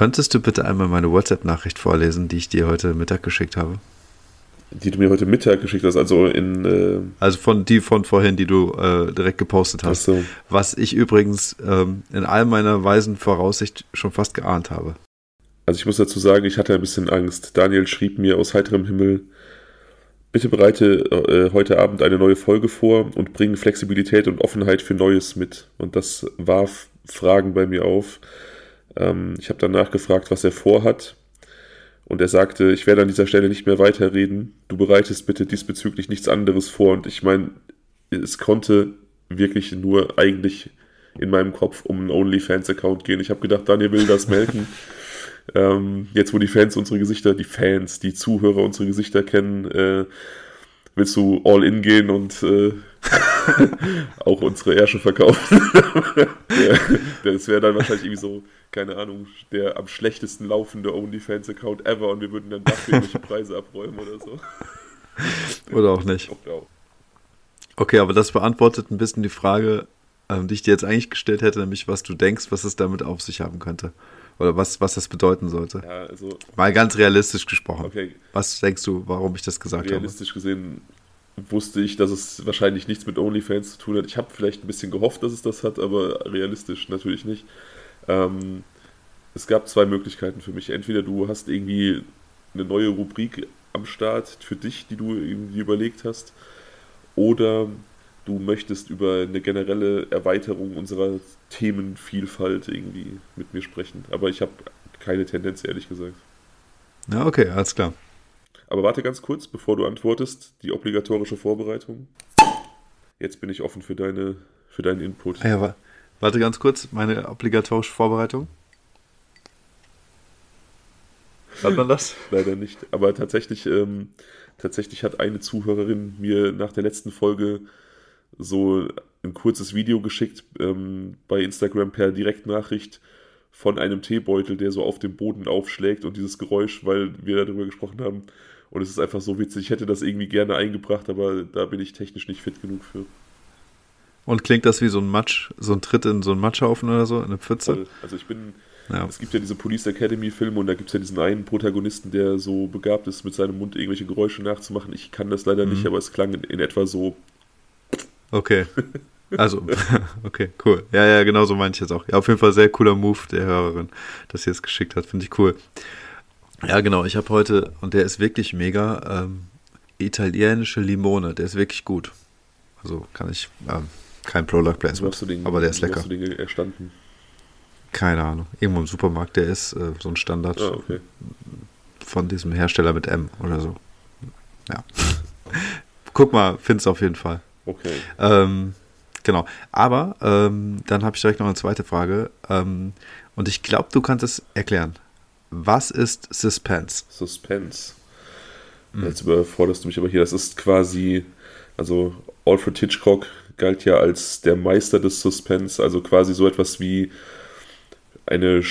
Könntest du bitte einmal meine WhatsApp-Nachricht vorlesen, die ich dir heute Mittag geschickt habe? Die du mir heute Mittag geschickt hast, also in... Also von vorhin, die du direkt gepostet hast. Ach so. Was ich übrigens in all meiner weisen Voraussicht schon fast geahnt habe. Also ich muss dazu sagen, ich hatte ein bisschen Angst. Daniel schrieb mir aus heiterem Himmel: Bitte bereite heute Abend eine neue Folge vor und bringe Flexibilität und Offenheit für Neues mit. Und das warf Fragen bei mir auf. Ich habe danach gefragt, was er vorhat. Und er sagte, ich werde an dieser Stelle nicht mehr weiterreden. Du bereitest bitte diesbezüglich nichts anderes vor. Und ich meine, es konnte wirklich nur eigentlich in meinem Kopf um einen OnlyFans-Account gehen. Ich habe gedacht, Daniel will das melken. Jetzt, wo die Fans unsere Gesichter, die Zuhörer unsere Gesichter kennen, willst du all in gehen und auch unsere Ärsche verkaufen? Das wäre dann wahrscheinlich irgendwie so, keine Ahnung, der am schlechtesten laufende OnlyFans-Account ever und wir würden dann dafür irgendwelche Preise abräumen oder so. Oder auch nicht. Okay, aber das beantwortet ein bisschen die Frage, die ich dir jetzt eigentlich gestellt hätte, nämlich was du denkst, was es damit auf sich haben könnte. Oder was das bedeuten sollte. Ja, also, mal ganz realistisch gesprochen. Okay. Was denkst du, warum ich das gesagt habe? Realistisch gesehen wusste ich, dass es wahrscheinlich nichts mit OnlyFans zu tun hat. Ich habe vielleicht ein bisschen gehofft, dass es das hat, aber realistisch natürlich nicht. Es gab zwei Möglichkeiten für mich. Entweder du hast irgendwie eine neue Rubrik am Start für dich, die du irgendwie überlegt hast, oder du möchtest über eine generelle Erweiterung unserer Themenvielfalt irgendwie mit mir sprechen. Aber ich habe keine Tendenz, ehrlich gesagt. Ja, okay, alles klar. Aber warte ganz kurz, bevor du antwortest, die obligatorische Vorbereitung. Jetzt bin ich offen für deinen Input. Ja, warte ganz kurz, meine obligatorische Vorbereitung. Hat man das? Leider nicht. Aber tatsächlich hat eine Zuhörerin mir nach der letzten Folge so ein kurzes Video geschickt bei Instagram per Direktnachricht von einem Teebeutel, der so auf dem Boden aufschlägt und dieses Geräusch, weil wir darüber gesprochen haben. Und es ist einfach so witzig. Ich hätte das irgendwie gerne eingebracht, aber da bin ich technisch nicht fit genug für. Und klingt das wie so ein Tritt in so einen Matschhaufen oder so, in eine Pfütze? Also es gibt ja diese Police Academy Filme und da gibt es ja diesen einen Protagonisten, der so begabt ist, mit seinem Mund irgendwelche Geräusche nachzumachen. Ich kann das leider nicht, aber es klang in etwa so. Okay. Also, okay, cool. Ja, genau so meinte ich jetzt auch. Ja, auf jeden Fall sehr cooler Move der Hörerin, dass sie es geschickt hat. Finde ich cool. Ja, genau. Ich habe heute, und der ist wirklich mega, italienische Limone. Der ist wirklich gut. Also kann ich, kein Product Placement, aber der ist lecker. Hast du den erstanden? Keine Ahnung. Irgendwo im Supermarkt, der ist so ein Standard okay. Von diesem Hersteller mit M oder so. Ja. Guck mal, find's auf jeden Fall. Okay. Genau. Aber dann habe ich direkt noch eine zweite Frage. Und ich glaube, du kannst es erklären. Was ist Suspense? Suspense. Jetzt überforderst du mich aber hier. Das ist quasi, also Alfred Hitchcock galt ja als der Meister des Suspense, also quasi so etwas wie eine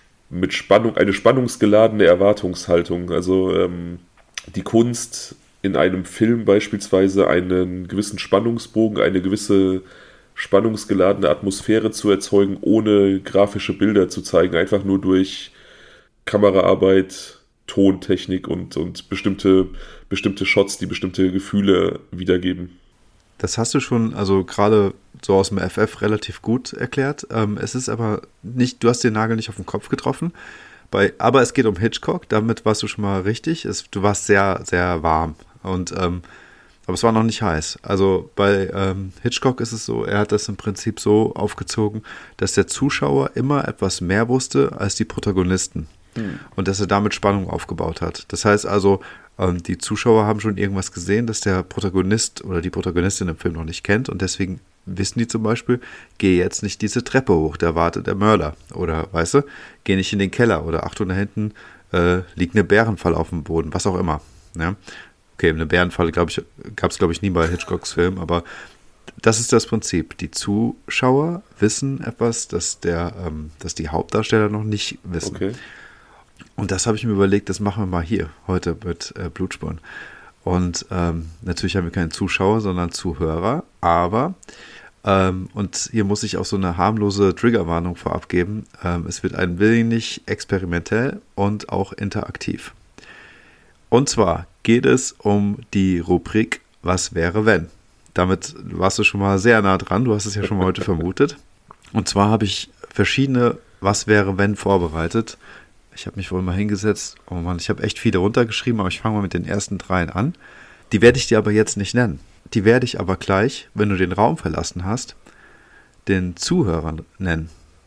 spannungsgeladene Erwartungshaltung. Also die Kunst, in einem Film beispielsweise einen gewissen Spannungsbogen, eine gewisse spannungsgeladene Atmosphäre zu erzeugen, ohne grafische Bilder zu zeigen, einfach nur durch Kameraarbeit, Tontechnik und bestimmte Shots, die bestimmte Gefühle wiedergeben. Das hast du schon, also gerade so aus dem FF relativ gut erklärt. Es ist aber nicht, du hast den Nagel nicht auf den Kopf getroffen. Aber es geht um Hitchcock, damit warst du schon mal richtig. Du warst sehr, sehr warm. Aber es war noch nicht heiß. Also bei Hitchcock ist es so, er hat das im Prinzip so aufgezogen, dass der Zuschauer immer etwas mehr wusste als die Protagonisten. Und dass er damit Spannung aufgebaut hat. Das heißt also, die Zuschauer haben schon irgendwas gesehen, das der Protagonist oder die Protagonistin im Film noch nicht kennt. Und deswegen wissen die zum Beispiel, geh jetzt nicht diese Treppe hoch, da wartet der Mörder. Oder, weißt du, geh nicht in den Keller. Oder Achtung, da hinten liegt eine Bärenfalle auf dem Boden. Was auch immer. Ja? Okay, eine Bärenfalle, gab es, glaube ich, nie bei Hitchcocks Film. Aber das ist das Prinzip. Die Zuschauer wissen etwas, das die Hauptdarsteller noch nicht wissen. Okay. Und das habe ich mir überlegt, das machen wir mal hier, heute mit Blutspuren. Und natürlich haben wir keine Zuschauer, sondern Zuhörer. Aber Und hier muss ich auch so eine harmlose Triggerwarnung vorab geben. Es wird ein wenig experimentell und auch interaktiv. Und zwar geht es um die Rubrik Was wäre wenn? Damit warst du schon mal sehr nah dran, du hast es ja schon mal heute vermutet. Und zwar habe ich verschiedene Was wäre wenn vorbereitet. Ich habe mich wohl mal hingesetzt. Oh Mann, ich habe echt viele runtergeschrieben, aber ich fange mal mit den ersten 3 an. Die werde ich dir aber jetzt nicht nennen. Die werde ich aber gleich, wenn du den Raum verlassen hast, den Zuhörern nennen.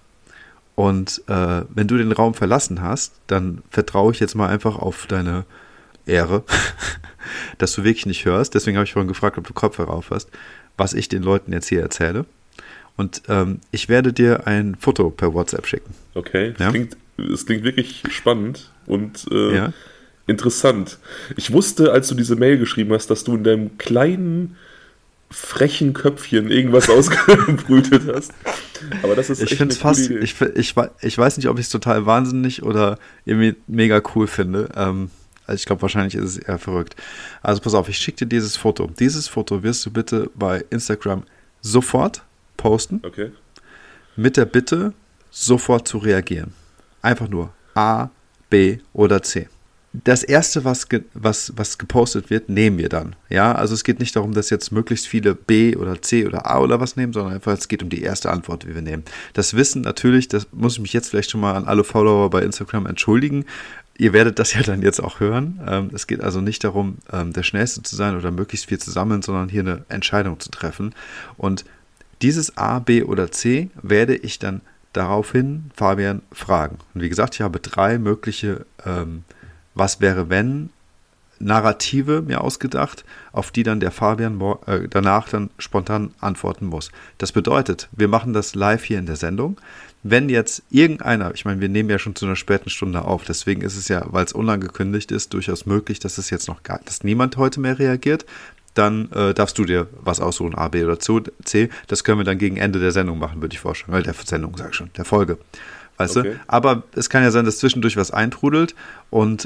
Und wenn du den Raum verlassen hast, dann vertraue ich jetzt mal einfach auf deine Ehre, dass du wirklich nicht hörst. Deswegen habe ich vorhin gefragt, ob du Kopfhörer auf hast, was ich den Leuten jetzt hier erzähle. Und ich werde dir ein Foto per WhatsApp schicken. Okay, ja? Es klingt wirklich spannend und interessant. Ich wusste, als du diese Mail geschrieben hast, dass du in deinem kleinen, frechen Köpfchen irgendwas ausgebrütet hast. Aber das ist ich echt finde es eine fast, coole Idee. ich weiß nicht, ob ich es total wahnsinnig oder irgendwie mega cool finde. Also ich glaube, wahrscheinlich ist es eher verrückt. Also pass auf, ich schicke dir dieses Foto. Dieses Foto wirst du bitte bei Instagram sofort posten. Okay. Mit der Bitte, sofort zu reagieren. Einfach nur A, B oder C. Das erste, was gepostet wird, nehmen wir dann. Ja, also es geht nicht darum, dass jetzt möglichst viele B oder C oder A oder was nehmen, sondern einfach, es geht um die erste Antwort, die wir nehmen. Das Wissen natürlich, das muss ich mich jetzt vielleicht schon mal an alle Follower bei Instagram entschuldigen. Ihr werdet das ja dann jetzt auch hören. Es geht also nicht darum, der Schnellste zu sein oder möglichst viel zu sammeln, sondern hier eine Entscheidung zu treffen. Und dieses A, B oder C werde ich dann daraufhin Fabian fragen. Und wie gesagt, ich habe 3 mögliche Was wäre wenn Narrative mir ausgedacht, auf die dann der Fabian danach dann spontan antworten muss. Das bedeutet, wir machen das live hier in der Sendung. Wenn jetzt irgendeiner, ich meine, wir nehmen ja schon zu einer späten Stunde auf, deswegen ist es ja, weil es unangekündigt ist, durchaus möglich, dass es jetzt noch dass niemand heute mehr reagiert, dann darfst du dir was aussuchen, A, B oder C. Das können wir dann gegen Ende der Sendung machen, würde ich vorstellen. Der Sendung, sag ich schon, der Folge. Weißt du? Aber es kann ja sein, dass zwischendurch was eintrudelt und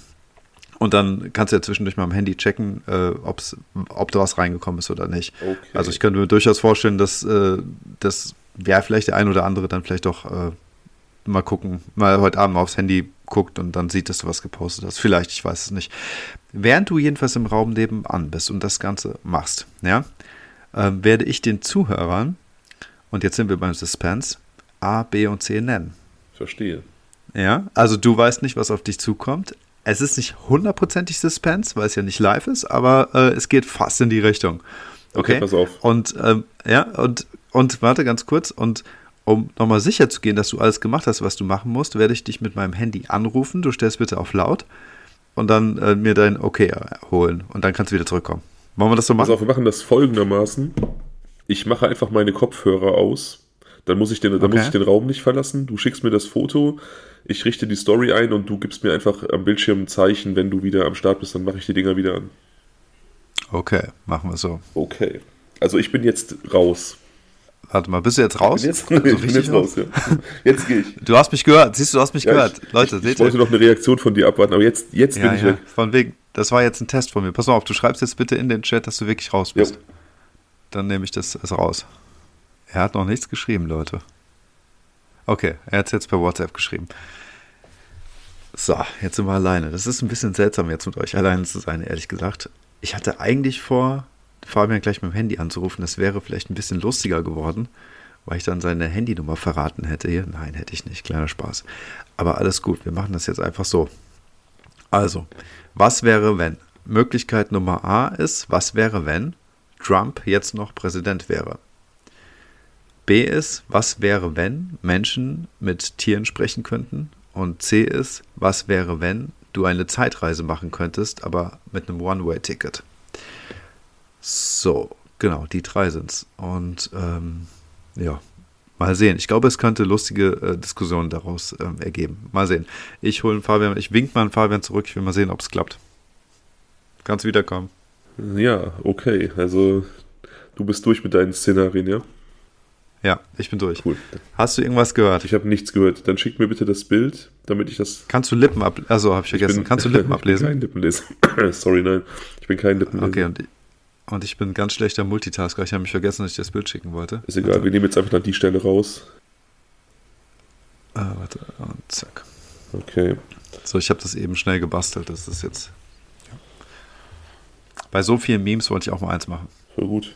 dann kannst du ja zwischendurch mal am Handy checken, ob da was reingekommen ist oder nicht. Okay. Also ich könnte mir durchaus vorstellen, dass vielleicht der ein oder andere dann vielleicht doch mal gucken, mal heute Abend mal aufs Handy guckt und dann sieht, dass du was gepostet hast. Vielleicht, ich weiß es nicht. Während du jedenfalls im Raum nebenan bist und das Ganze machst, ja, werde ich den Zuhörern, und jetzt sind wir beim Suspense, A, B und C nennen. Verstehe. Ja, also du weißt nicht, was auf dich zukommt. Es ist nicht 100%ig Suspense, weil es ja nicht live ist, aber es geht fast in die Richtung. Okay, pass auf. Und und warte ganz kurz, und um nochmal sicher zu gehen, dass du alles gemacht hast, was du machen musst, werde ich dich mit meinem Handy anrufen. Du stellst bitte auf laut und dann mir dein Okay holen und dann kannst du wieder zurückkommen. Wollen wir das so machen? Pass auf, wir machen das folgendermaßen. Ich mache einfach meine Kopfhörer aus. Dann muss ich den Raum nicht verlassen. Du schickst mir das Foto, ich richte die Story ein und du gibst mir einfach am Bildschirm ein Zeichen, wenn du wieder am Start bist, dann mache ich die Dinger wieder an. Okay, machen wir so. Okay, also ich bin jetzt raus. Warte mal, bist du jetzt raus? Ich bin jetzt raus, ja. Jetzt gehe ich. Du hast mich gehört, siehst du, hast mich gehört. Leute, ich wollte noch eine Reaktion von dir abwarten, aber jetzt bin ich weg. Von wegen, das war jetzt ein Test von mir. Pass mal auf, du schreibst jetzt bitte in den Chat, dass du wirklich raus bist. Jo. Dann nehme ich das raus. Er hat noch nichts geschrieben, Leute. Okay, er hat es jetzt per WhatsApp geschrieben. So, jetzt sind wir alleine. Das ist ein bisschen seltsam, jetzt mit euch alleine zu sein, ehrlich gesagt. Ich hatte eigentlich vor, Fabian gleich mit dem Handy anzurufen. Das wäre vielleicht ein bisschen lustiger geworden, weil ich dann seine Handynummer verraten hätte hier. Nein, hätte ich nicht. Kleiner Spaß. Aber alles gut, wir machen das jetzt einfach so. Also, was wäre, wenn? Möglichkeit Nummer A ist, was wäre, wenn Trump jetzt noch Präsident wäre? B ist, was wäre, wenn Menschen mit Tieren sprechen könnten? Und C ist, was wäre, wenn du eine Zeitreise machen könntest, aber mit einem One-Way-Ticket? So, genau, die 3 sind's. Und ja, mal sehen. Ich glaube, es könnte lustige Diskussionen daraus ergeben. Mal sehen. Ich wink mal an Fabian zurück. Ich will mal sehen, ob es klappt. Kannst wiederkommen. Ja, okay. Also, du bist durch mit deinen Szenarien, ja? Ja, ich bin durch. Cool. Hast du irgendwas gehört? Ich habe nichts gehört. Dann schick mir bitte das Bild, damit ich das... Kannst du Lippen ablesen? Kannst du Lippen ablesen? Ich bin kein Lippenleser. Sorry, nein. Ich bin kein Lippenleser. Okay, und Und ich bin ganz schlechter Multitasker. Ich habe mich vergessen, dass ich das Bild schicken wollte. Ist egal, wir nehmen jetzt einfach dann die Stelle raus. Warte, und zack. Okay. So, ich habe das eben schnell gebastelt. Das ist jetzt... Ja. Bei so vielen Memes wollte ich auch mal eins machen. Voll gut.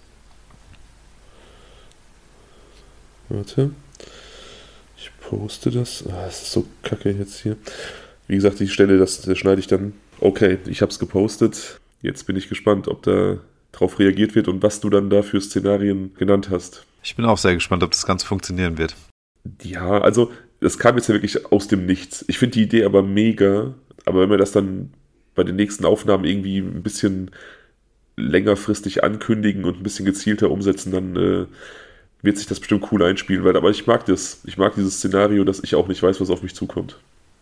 Warte. Ich poste das. Das ist so kacke jetzt hier. Wie gesagt, die Stelle, das schneide ich dann. Okay, ich habe es gepostet. Jetzt bin ich gespannt, ob da drauf reagiert wird und was du dann da für Szenarien genannt hast. Ich bin auch sehr gespannt, ob das Ganze funktionieren wird. Ja, also das kam jetzt ja wirklich aus dem Nichts. Ich finde die Idee aber mega. Aber wenn wir das dann bei den nächsten Aufnahmen irgendwie ein bisschen längerfristig ankündigen und ein bisschen gezielter umsetzen, dann wird sich das bestimmt cool einspielen. Aber ich mag das. Ich mag dieses Szenario, dass ich auch nicht weiß, was auf mich zukommt.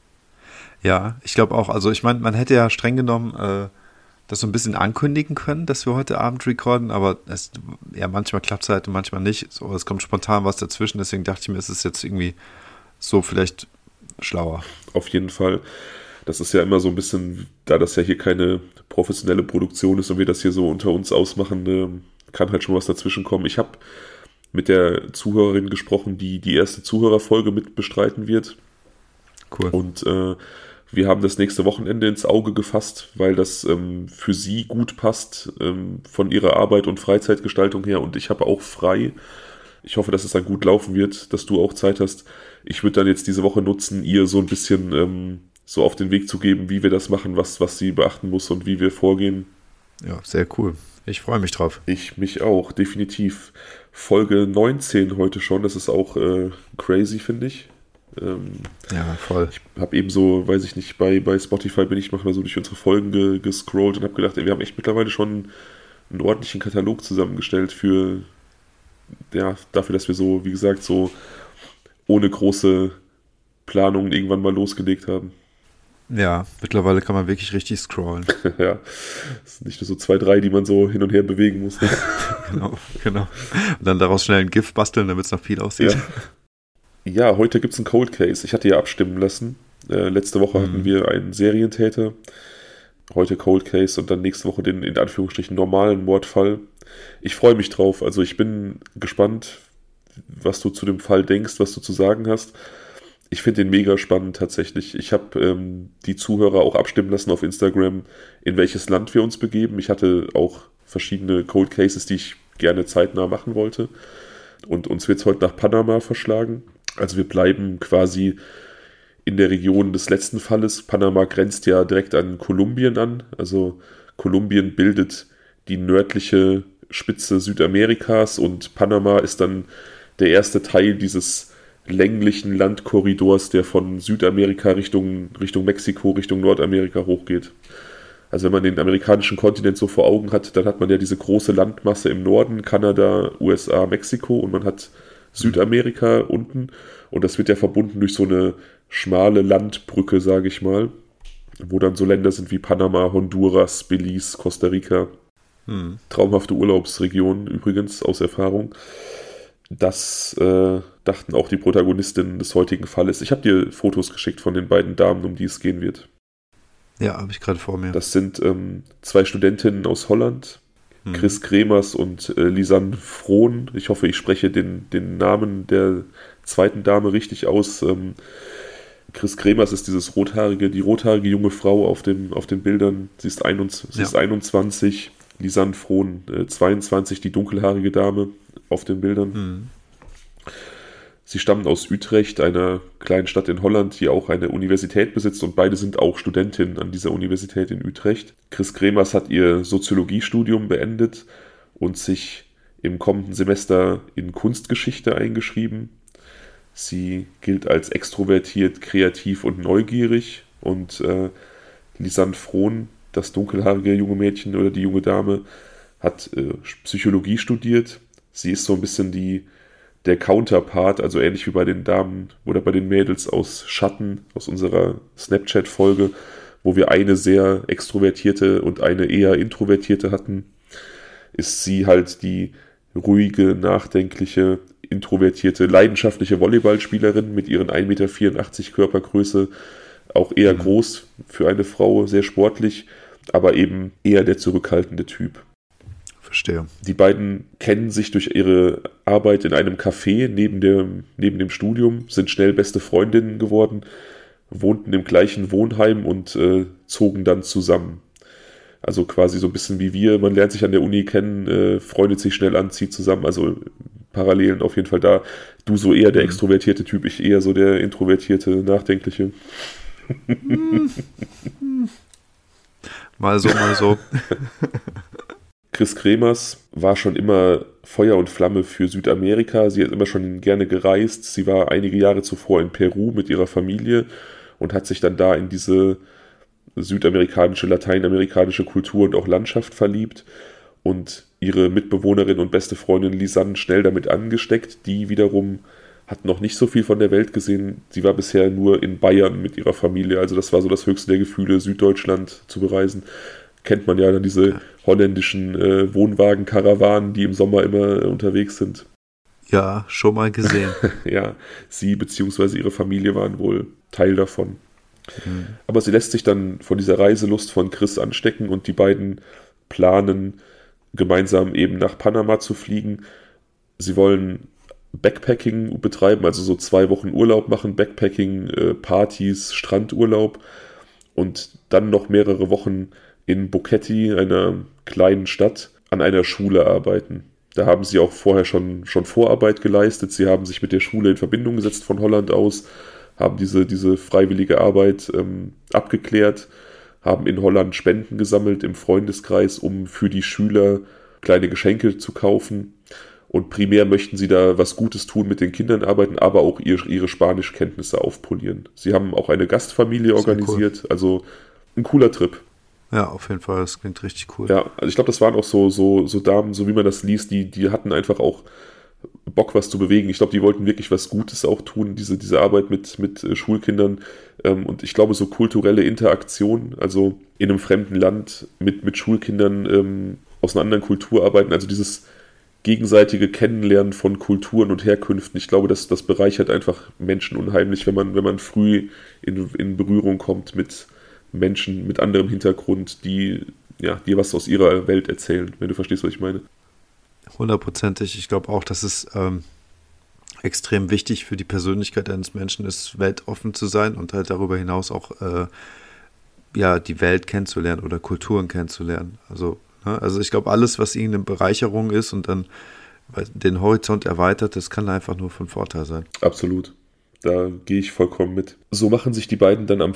Ja, ich glaube auch. Also ich meine, man hätte ja streng genommen das so ein bisschen ankündigen können, dass wir heute Abend recorden, aber manchmal klappt es halt und manchmal nicht. So, es kommt spontan was dazwischen, deswegen dachte ich mir, es ist jetzt irgendwie so vielleicht schlauer. Auf jeden Fall. Das ist ja immer so ein bisschen, da das ja hier keine professionelle Produktion ist und wir das hier so unter uns ausmachen, kann halt schon was dazwischen kommen. Ich habe mit der Zuhörerin gesprochen, die die erste Zuhörerfolge mit bestreiten wird. Cool. Und wir haben das nächste Wochenende ins Auge gefasst, weil das für sie gut passt, von ihrer Arbeit und Freizeitgestaltung her. Und ich habe auch frei. Ich hoffe, dass es dann gut laufen wird, dass du auch Zeit hast. Ich würde dann jetzt diese Woche nutzen, ihr so ein bisschen so auf den Weg zu geben, wie wir das machen, was sie beachten muss und wie wir vorgehen. Ja, sehr cool. Ich freue mich drauf. Ich mich auch, definitiv. Folge 19 heute schon, das ist auch crazy, finde ich. Ja, voll. Ich habe eben so, weiß ich nicht, bei Spotify bin ich manchmal so durch unsere Folgen gescrollt und habe gedacht, wir haben echt mittlerweile schon einen ordentlichen Katalog zusammengestellt für, ja, dafür, dass wir so, wie gesagt, so ohne große Planungen irgendwann mal losgelegt haben. Ja, mittlerweile kann man wirklich richtig scrollen. Ja, es sind nicht nur so 2, 3, die man so hin und her bewegen muss. Ne? Genau. Und dann daraus schnell ein GIF basteln, damit es noch viel aussieht. Ja, heute gibt es einen Cold Case. Ich hatte ja abstimmen lassen. Letzte Woche hatten wir einen Serientäter. Heute Cold Case und dann nächste Woche den in Anführungsstrichen normalen Mordfall. Ich freue mich drauf. Also ich bin gespannt, was du zu dem Fall denkst, was du zu sagen hast. Ich finde den mega spannend tatsächlich. Ich habe die Zuhörer auch abstimmen lassen auf Instagram, in welches Land wir uns begeben. Ich hatte auch verschiedene Cold Cases, die ich gerne zeitnah machen wollte. Und uns wird es heute nach Panama verschlagen. Also wir bleiben quasi in der Region des letzten Falles. Panama grenzt ja direkt an Kolumbien an. Also Kolumbien bildet die nördliche Spitze Südamerikas und Panama ist dann der erste Teil dieses länglichen Landkorridors, der von Südamerika Richtung Mexiko, Richtung Nordamerika hochgeht. Also wenn man den amerikanischen Kontinent so vor Augen hat, dann hat man ja diese große Landmasse im Norden, Kanada, USA, Mexiko und man hat Südamerika unten und das wird ja verbunden durch so eine schmale Landbrücke, sage ich mal, wo dann so Länder sind wie Panama, Honduras, Belize, Costa Rica. Traumhafte Urlaubsregionen übrigens aus Erfahrung. Das dachten auch die Protagonistinnen des heutigen Falles. Ich habe dir Fotos geschickt von den beiden Damen, um die es gehen wird. Ja, habe ich gerade vor mir. Das sind 2 Studentinnen aus Holland, Chris Kremers und Lisanne Frohn. Ich hoffe, ich spreche den Namen der zweiten Dame richtig aus. Chris Kremers ist die rothaarige junge Frau auf den Bildern. Sie ist 21, Lisanne Frohn 22, die dunkelhaarige Dame auf den Bildern. Sie stammen aus Utrecht, einer kleinen Stadt in Holland, die auch eine Universität besitzt und beide sind auch Studentinnen an dieser Universität in Utrecht. Chris Kremers hat ihr Soziologiestudium beendet und sich im kommenden Semester in Kunstgeschichte eingeschrieben. Sie gilt als extrovertiert, kreativ und neugierig und Lisanne Frohn, das dunkelhaarige junge Mädchen oder die junge Dame, hat Psychologie studiert. Sie ist so ein bisschen der Counterpart, also ähnlich wie bei den Damen oder bei den Mädels aus Schatten, aus unserer Snapchat-Folge, wo wir eine sehr extrovertierte und eine eher introvertierte hatten, ist sie halt die ruhige, nachdenkliche, introvertierte, leidenschaftliche Volleyballspielerin mit ihren 1,84 Meter Körpergröße, auch eher groß für eine Frau, sehr sportlich, aber eben eher der zurückhaltende Typ. verstehe. Die beiden kennen sich durch ihre Arbeit in einem Café neben dem Studium, sind schnell beste Freundinnen geworden, wohnten im gleichen Wohnheim und zogen dann zusammen. Also quasi so ein bisschen wie wir, man lernt sich an der Uni kennen, freundet sich schnell an, zieht zusammen, also Parallelen auf jeden Fall da. Du so eher der extrovertierte Typ, ich eher so der introvertierte, nachdenkliche. Mal so, mal so. Chris Kremers war schon immer Feuer und Flamme für Südamerika. Sie hat immer schon gerne gereist. Sie war einige Jahre zuvor in Peru mit ihrer Familie und hat sich dann da in diese südamerikanische, lateinamerikanische Kultur und auch Landschaft verliebt und ihre Mitbewohnerin und beste Freundin Lisanne schnell damit angesteckt. Die wiederum hat noch nicht so viel von der Welt gesehen. Sie war bisher nur in Bayern mit ihrer Familie. Also das war so das höchste der Gefühle, Süddeutschland zu bereisen. Kennt man ja dann diese holländischen Wohnwagen-Karawanen, die im Sommer immer unterwegs sind. Ja, schon mal gesehen. Ja, sie bzw. ihre Familie waren wohl Teil davon. Aber sie lässt sich dann von dieser Reiselust von Chris anstecken und die beiden planen, gemeinsam eben nach Panama zu fliegen. Sie wollen Backpacking betreiben, also so 2 Wochen Urlaub machen, Backpacking, Partys, Strandurlaub und dann noch mehrere Wochen in Boquete, einer kleinen Stadt, an einer Schule arbeiten. Da haben sie auch vorher schon Vorarbeit geleistet. Sie haben sich mit der Schule in Verbindung gesetzt von Holland aus, haben diese freiwillige Arbeit abgeklärt, haben in Holland Spenden gesammelt im Freundeskreis, um für die Schüler kleine Geschenke zu kaufen. Und primär möchten sie da was Gutes tun, mit den Kindern arbeiten, aber auch ihre Spanischkenntnisse aufpolieren. Sie haben auch eine Gastfamilie organisiert, cool. Also ein cooler Trip. Ja, auf jeden Fall, das klingt richtig cool. Ja, also ich glaube, das waren auch so Damen, so wie man das liest, die hatten einfach auch Bock, was zu bewegen. Ich glaube, die wollten wirklich was Gutes auch tun, diese Arbeit mit Schulkindern. Und ich glaube, so kulturelle Interaktion, also in einem fremden Land mit Schulkindern aus einer anderen Kultur arbeiten, also dieses gegenseitige Kennenlernen von Kulturen und Herkünften, ich glaube, das bereichert einfach Menschen unheimlich, wenn man früh in Berührung kommt mit Menschen mit anderem Hintergrund, die dir was aus ihrer Welt erzählen, wenn du verstehst, was ich meine. 100%. Ich glaube auch, dass es extrem wichtig für die Persönlichkeit eines Menschen ist, weltoffen zu sein und halt darüber hinaus auch die Welt kennenzulernen oder Kulturen kennenzulernen. Also ich glaube, alles, was irgendeine Bereicherung ist und dann den Horizont erweitert, das kann einfach nur von Vorteil sein. Absolut. Da gehe ich vollkommen mit. So machen sich die beiden dann am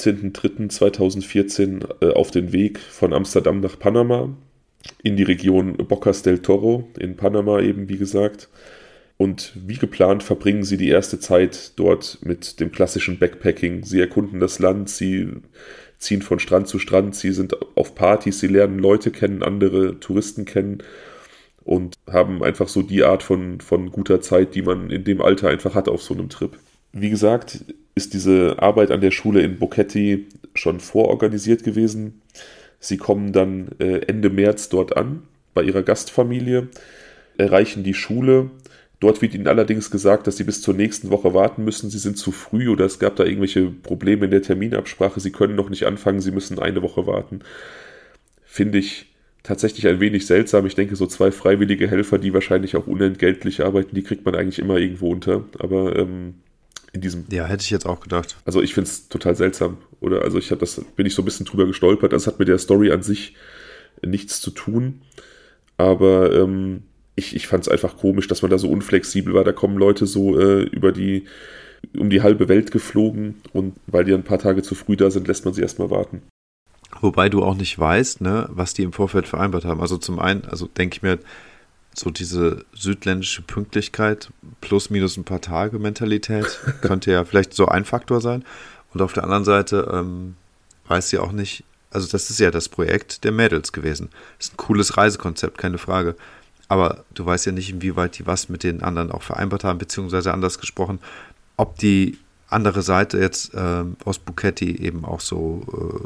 15.03.2014 auf den Weg von Amsterdam nach Panama, in die Region Bocas del Toro, in Panama eben, wie gesagt. Und wie geplant verbringen sie die erste Zeit dort mit dem klassischen Backpacking. Sie erkunden das Land, sie ziehen von Strand zu Strand, sie sind auf Partys, sie lernen Leute kennen, andere Touristen kennen und haben einfach so die Art von guter Zeit, die man in dem Alter einfach hat auf so einem Trip. Wie gesagt, ist diese Arbeit an der Schule in Boquete schon vororganisiert gewesen. Sie kommen dann Ende März dort an, bei ihrer Gastfamilie, erreichen die Schule. Dort wird ihnen allerdings gesagt, dass sie bis zur nächsten Woche warten müssen. Sie sind zu früh oder es gab da irgendwelche Probleme in der Terminabsprache. Sie können noch nicht anfangen, sie müssen eine Woche warten. Finde ich tatsächlich ein wenig seltsam. Ich denke, so 2 freiwillige Helfer, die wahrscheinlich auch unentgeltlich arbeiten, die kriegt man eigentlich immer irgendwo unter. Aber in diesem... Ja, hätte ich jetzt auch gedacht. Also ich finde es total seltsam. Oder also bin ich so ein bisschen drüber gestolpert. Das hat mit der Story an sich nichts zu tun. Aber ich fand es einfach komisch, dass man da so unflexibel war. Da kommen Leute so um die halbe Welt geflogen und weil die ein paar Tage zu früh da sind, lässt man sie erstmal warten. Wobei du auch nicht weißt, ne, was die im Vorfeld vereinbart haben. Also zum einen, denke ich mir, so diese südländische Pünktlichkeit plus minus ein paar Tage Mentalität könnte ja vielleicht so ein Faktor sein. Und auf der anderen Seite weiß sie auch nicht, also das ist ja das Projekt der Mädels gewesen. Das ist ein cooles Reisekonzept, keine Frage. Aber du weißt ja nicht, inwieweit die was mit den anderen auch vereinbart haben, beziehungsweise anders gesprochen, ob die andere Seite jetzt aus Boquete eben auch so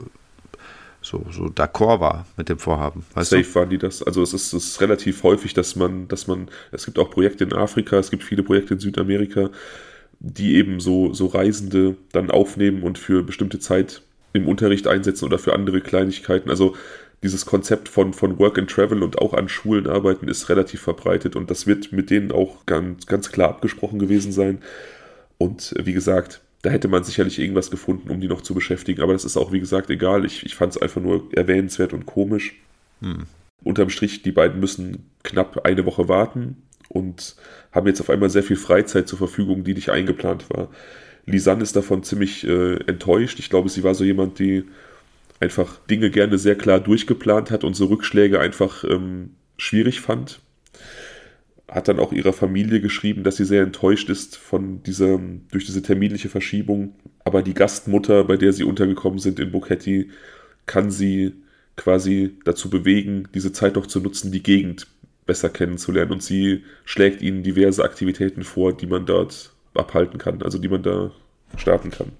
d'accord war mit dem Vorhaben. Safe waren die das. Also es ist relativ häufig, dass man, es gibt auch Projekte in Afrika, es gibt viele Projekte in Südamerika, die eben so Reisende dann aufnehmen und für bestimmte Zeit im Unterricht einsetzen oder für andere Kleinigkeiten. Also dieses Konzept von Work and Travel und auch an Schulen arbeiten ist relativ verbreitet und das wird mit denen auch ganz klar abgesprochen gewesen sein. Und wie gesagt, da hätte man sicherlich irgendwas gefunden, um die noch zu beschäftigen. Aber das ist auch, wie gesagt, egal. Ich fand es einfach nur erwähnenswert und komisch. Unterm Strich, die beiden müssen knapp eine Woche warten und haben jetzt auf einmal sehr viel Freizeit zur Verfügung, die nicht eingeplant war. Lisanne ist davon ziemlich enttäuscht. Ich glaube, sie war so jemand, die einfach Dinge gerne sehr klar durchgeplant hat und so Rückschläge einfach schwierig fand. Hat dann auch ihrer Familie geschrieben, dass sie sehr enttäuscht ist durch diese terminliche Verschiebung. Aber die Gastmutter, bei der sie untergekommen sind in Boquete, kann sie quasi dazu bewegen, diese Zeit doch zu nutzen, die Gegend besser kennenzulernen. Und sie schlägt ihnen diverse Aktivitäten vor, die man dort abhalten kann, also die man da starten kann.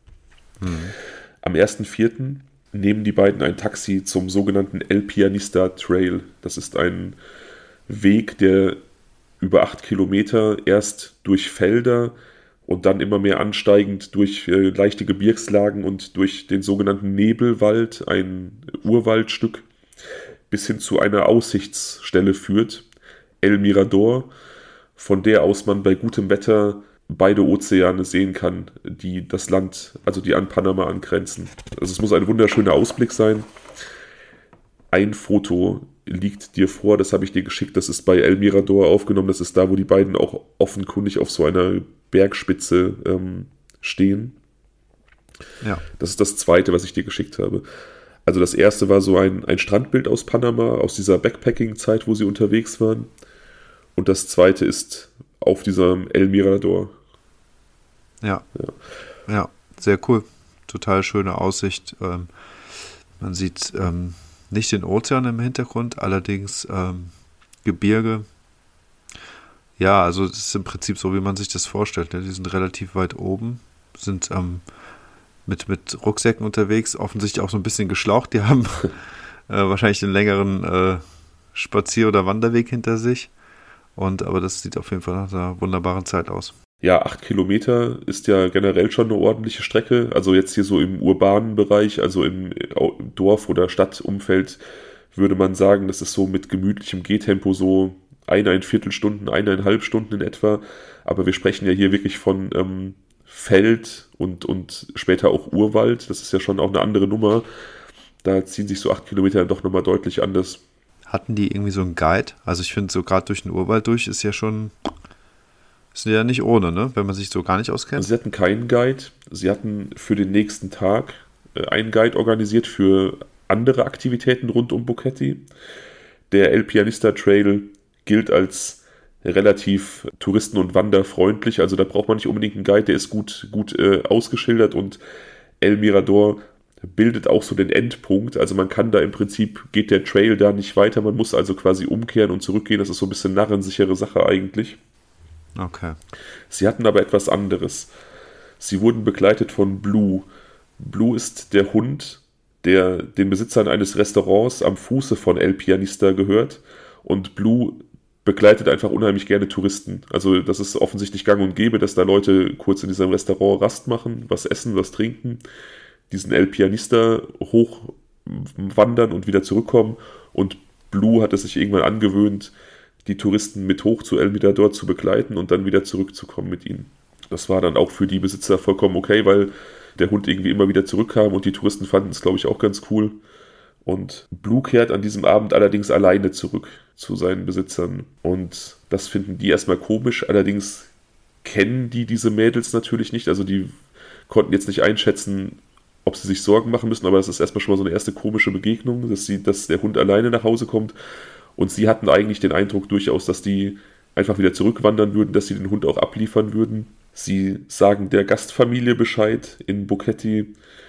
Am 1.4. nehmen die beiden ein Taxi zum sogenannten El Pianista Trail. Das ist ein Weg, der über 8 Kilometer erst durch Felder und dann immer mehr ansteigend durch leichte Gebirgslagen und durch den sogenannten Nebelwald, ein Urwaldstück, bis hin zu einer Aussichtsstelle führt, El Mirador, von der aus man bei gutem Wetter beide Ozeane sehen kann, die das Land, also die an Panama angrenzen. Also es muss ein wunderschöner Ausblick sein. Ein Foto liegt dir vor, das habe ich dir geschickt, das ist bei El Mirador aufgenommen, das ist da, wo die beiden auch offenkundig auf so einer Bergspitze stehen. Ja. Das ist das zweite, was ich dir geschickt habe. Also das erste war so ein Strandbild aus Panama, aus dieser Backpacking-Zeit, wo sie unterwegs waren. Und das zweite ist auf diesem El Mirador. Ja, sehr cool. Total schöne Aussicht. Man sieht nicht den Ozean im Hintergrund, allerdings Gebirge. Ja, also es ist im Prinzip so, wie man sich das vorstellt. Ne? Die sind relativ weit oben, sind mit Rucksäcken unterwegs, offensichtlich auch so ein bisschen geschlaucht. Die haben wahrscheinlich einen längeren Spazier- oder Wanderweg hinter sich. Aber das sieht auf jeden Fall nach einer wunderbaren Zeit aus. Ja, 8 Kilometer ist ja generell schon eine ordentliche Strecke. Also jetzt hier so im urbanen Bereich, also im Dorf- oder Stadtumfeld, würde man sagen, das ist so mit gemütlichem Gehtempo so 1,25 Stunden, 1,5 Stunden in etwa. Aber wir sprechen ja hier wirklich von Feld und später auch Urwald. Das ist ja schon auch eine andere Nummer. Da ziehen sich so 8 Kilometer doch nochmal deutlich anders. Hatten die irgendwie so einen Guide? Also ich finde, so gerade durch den Urwald durch ist ja nicht ohne, ne? Wenn man sich so gar nicht auskennt. Sie hatten keinen Guide. Sie hatten für den nächsten Tag einen Guide organisiert für andere Aktivitäten rund um Boquete. Der El Pianista Trail gilt als relativ touristen- und wanderfreundlich. Also da braucht man nicht unbedingt einen Guide, der ist gut ausgeschildert und El Mirador bildet auch so den Endpunkt. Also man kann da im Prinzip, geht der Trail da nicht weiter, man muss also quasi umkehren und zurückgehen. Das ist so ein bisschen narrensichere Sache eigentlich. Okay. Sie hatten aber etwas anderes. Sie wurden begleitet von Blue. Blue ist der Hund, der den Besitzern eines Restaurants am Fuße von El Pianista gehört. Und Blue begleitet einfach unheimlich gerne Touristen. Also das ist offensichtlich gang und gäbe, dass da Leute kurz in diesem Restaurant Rast machen, was essen, was trinken, diesen El Pianista hochwandern und wieder zurückkommen. Und Blue hat es sich irgendwann angewöhnt, die Touristen mit hoch zu El Mirador zu begleiten und dann wieder zurückzukommen mit ihnen. Das war dann auch für die Besitzer vollkommen okay, weil der Hund irgendwie immer wieder zurückkam und die Touristen fanden es, glaube ich, auch ganz cool. Und Blue kehrt an diesem Abend allerdings alleine zurück zu seinen Besitzern. Und das finden die erstmal komisch. Allerdings kennen die diese Mädels natürlich nicht. Also die konnten jetzt nicht einschätzen, ob sie sich Sorgen machen müssen. Aber das ist erstmal schon mal so eine erste komische Begegnung, dass der Hund alleine nach Hause kommt. Und sie hatten eigentlich den Eindruck durchaus, dass die einfach wieder zurückwandern würden, dass sie den Hund auch abliefern würden. Sie sagen der Gastfamilie Bescheid in Boquete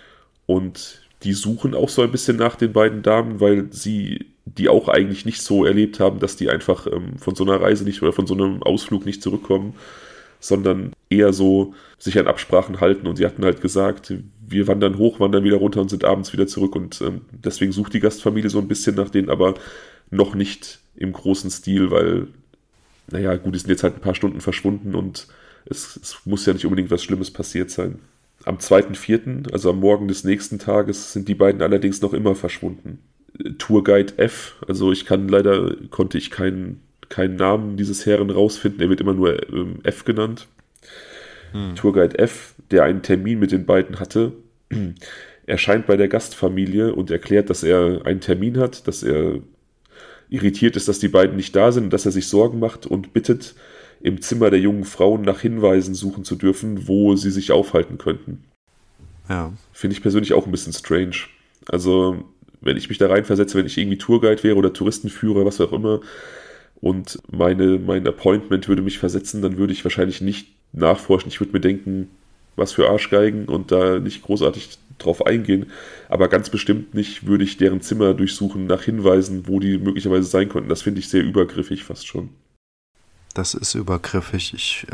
und die suchen auch so ein bisschen nach den beiden Damen, weil sie die auch eigentlich nicht so erlebt haben, dass die einfach von so einer Reise nicht oder von so einem Ausflug nicht zurückkommen, sondern eher so sich an Absprachen halten. Und sie hatten halt gesagt, wir wandern hoch, wandern wieder runter und sind abends wieder zurück. Und deswegen sucht die Gastfamilie so ein bisschen nach denen, aber noch nicht im großen Stil, weil, naja, gut, die sind jetzt halt ein paar Stunden verschwunden und es muss ja nicht unbedingt was Schlimmes passiert sein. Am 2.4., also am Morgen des nächsten Tages, sind die beiden allerdings noch immer verschwunden. Tourguide F. Also konnte ich keinen Namen dieses Herren rausfinden. Er wird immer nur F genannt. Tourguide F, der einen Termin mit den beiden hatte, erscheint bei der Gastfamilie und erklärt, dass er einen Termin hat, dass er irritiert ist, dass die beiden nicht da sind, dass er sich Sorgen macht und bittet, im Zimmer der jungen Frauen nach Hinweisen suchen zu dürfen, wo sie sich aufhalten könnten. Ja. Finde ich persönlich auch ein bisschen strange. Also, wenn ich mich da reinversetze, wenn ich irgendwie Tourguide wäre oder Touristenführer, was auch immer, und mein Appointment würde mich versetzen, dann würde ich wahrscheinlich nicht nachforschen. Ich würde mir denken, was für Arschgeigen und da nicht großartig drauf eingehen. Aber ganz bestimmt nicht würde ich deren Zimmer durchsuchen nach Hinweisen, wo die möglicherweise sein könnten. Das finde ich sehr übergriffig fast schon. Das ist übergriffig. Ich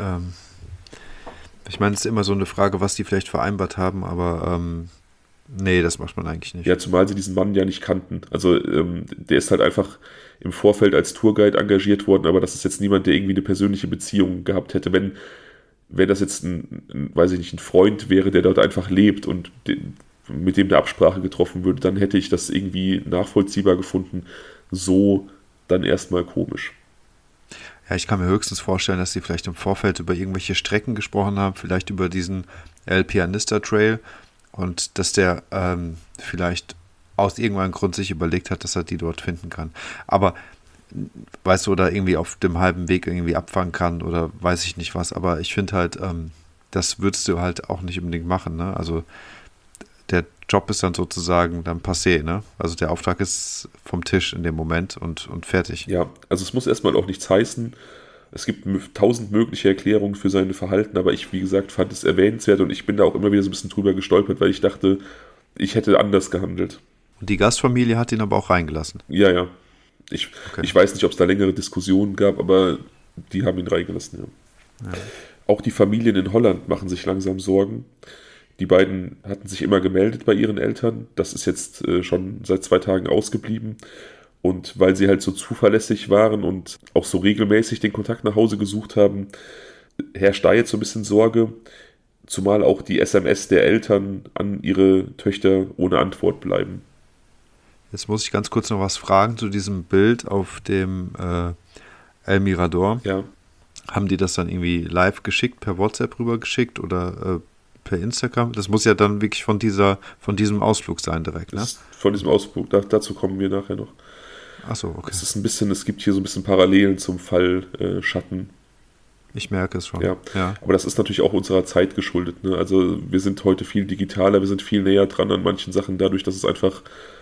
meine, es ist immer so eine Frage, was die vielleicht vereinbart haben, aber nee, das macht man eigentlich nicht. Ja, zumal sie diesen Mann ja nicht kannten. Also der ist halt einfach im Vorfeld als Tourguide engagiert worden, aber das ist jetzt niemand, der irgendwie eine persönliche Beziehung gehabt hätte. Wenn das jetzt weiß ich nicht, ein Freund wäre, der dort einfach lebt und mit dem eine Absprache getroffen würde, dann hätte ich das irgendwie nachvollziehbar gefunden. So dann erstmal komisch. Ja, ich kann mir höchstens vorstellen, dass sie vielleicht im Vorfeld über irgendwelche Strecken gesprochen haben, vielleicht über diesen El Pianista Trail und dass der vielleicht aus irgendeinem Grund sich überlegt hat, dass er die dort finden kann. Aber weißt du, oder irgendwie auf dem halben Weg irgendwie abfangen kann oder weiß ich nicht was, aber ich finde halt, das würdest du halt auch nicht unbedingt machen, ne? Also der Job ist dann sozusagen dann passé, ne? Also der Auftrag ist vom Tisch in dem Moment und fertig. Ja, also es muss erstmal auch nichts heißen. Es gibt 1000 mögliche Erklärungen für sein Verhalten, aber ich, wie gesagt, fand es erwähnenswert und ich bin da auch immer wieder so ein bisschen drüber gestolpert, weil ich dachte, ich hätte anders gehandelt. Und die Gastfamilie hat ihn aber auch reingelassen. Ja, ja. Ich weiß nicht, ob es da längere Diskussionen gab, aber die haben ihn reingelassen, ja. Auch die Familien in Holland machen sich langsam Sorgen. Die beiden hatten sich immer gemeldet bei ihren Eltern. Das ist jetzt schon seit 2 Tagen ausgeblieben. Und weil sie halt so zuverlässig waren und auch so regelmäßig den Kontakt nach Hause gesucht haben, herrscht da jetzt so ein bisschen Sorge. Zumal auch die SMS der Eltern an ihre Töchter ohne Antwort bleiben. Jetzt muss ich ganz kurz noch was fragen zu diesem Bild auf dem El Mirador. Ja. Haben die das dann irgendwie live geschickt, per WhatsApp rübergeschickt oder per Instagram? Das muss ja dann wirklich von diesem Ausflug sein direkt, ne? Von diesem Ausflug, dazu kommen wir nachher noch. Achso, okay. Es gibt hier so ein bisschen Parallelen zum Fall Schatten. Ich merke es schon. Ja. Aber das ist natürlich auch unserer Zeit geschuldet, ne? Also wir sind heute viel digitaler, wir sind viel näher dran an manchen Sachen, dadurch, dass es einfach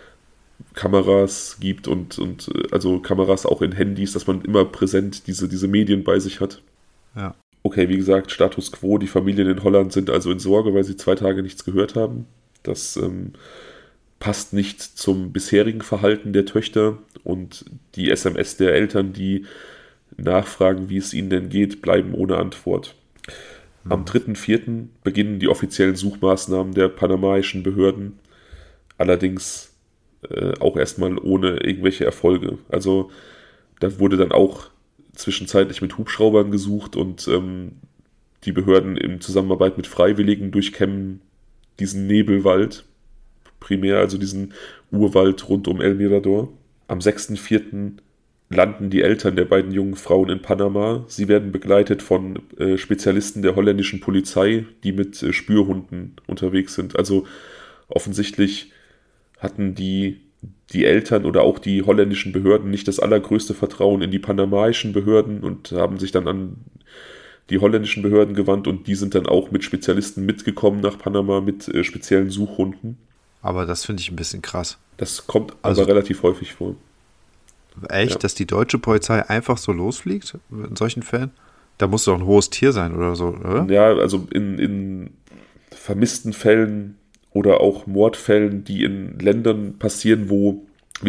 Kameras gibt und also Kameras auch in Handys, dass man immer präsent diese Medien bei sich hat. Ja. Okay, wie gesagt, Status quo, die Familien in Holland sind also in Sorge, weil sie 2 Tage nichts gehört haben. Das passt nicht zum bisherigen Verhalten der Töchter und die SMS der Eltern, die nachfragen, wie es ihnen denn geht, bleiben ohne Antwort. Am 3.4. beginnen die offiziellen Suchmaßnahmen der panamaischen Behörden, allerdings auch erstmal ohne irgendwelche Erfolge. Also da wurde dann auch zwischenzeitlich mit Hubschraubern gesucht und die Behörden in Zusammenarbeit mit Freiwilligen durchkämmen diesen Nebelwald, primär also diesen Urwald rund um El Mirador. Am 6.4. landen die Eltern der beiden jungen Frauen in Panama. Sie werden begleitet von Spezialisten der holländischen Polizei, die mit Spürhunden unterwegs sind. Also offensichtlich hatten die Eltern oder auch die holländischen Behörden nicht das allergrößte Vertrauen in die panamaischen Behörden und haben sich dann an die holländischen Behörden gewandt und die sind dann auch mit Spezialisten mitgekommen nach Panama mit speziellen Suchhunden. Aber das finde ich ein bisschen krass. Das kommt aber relativ häufig vor. Echt? Ja. Dass die deutsche Polizei einfach so losfliegt in solchen Fällen? Da muss doch ein hohes Tier sein oder so, oder? Ja, also in vermissten Fällen oder auch Mordfällen, die in Ländern passieren, wo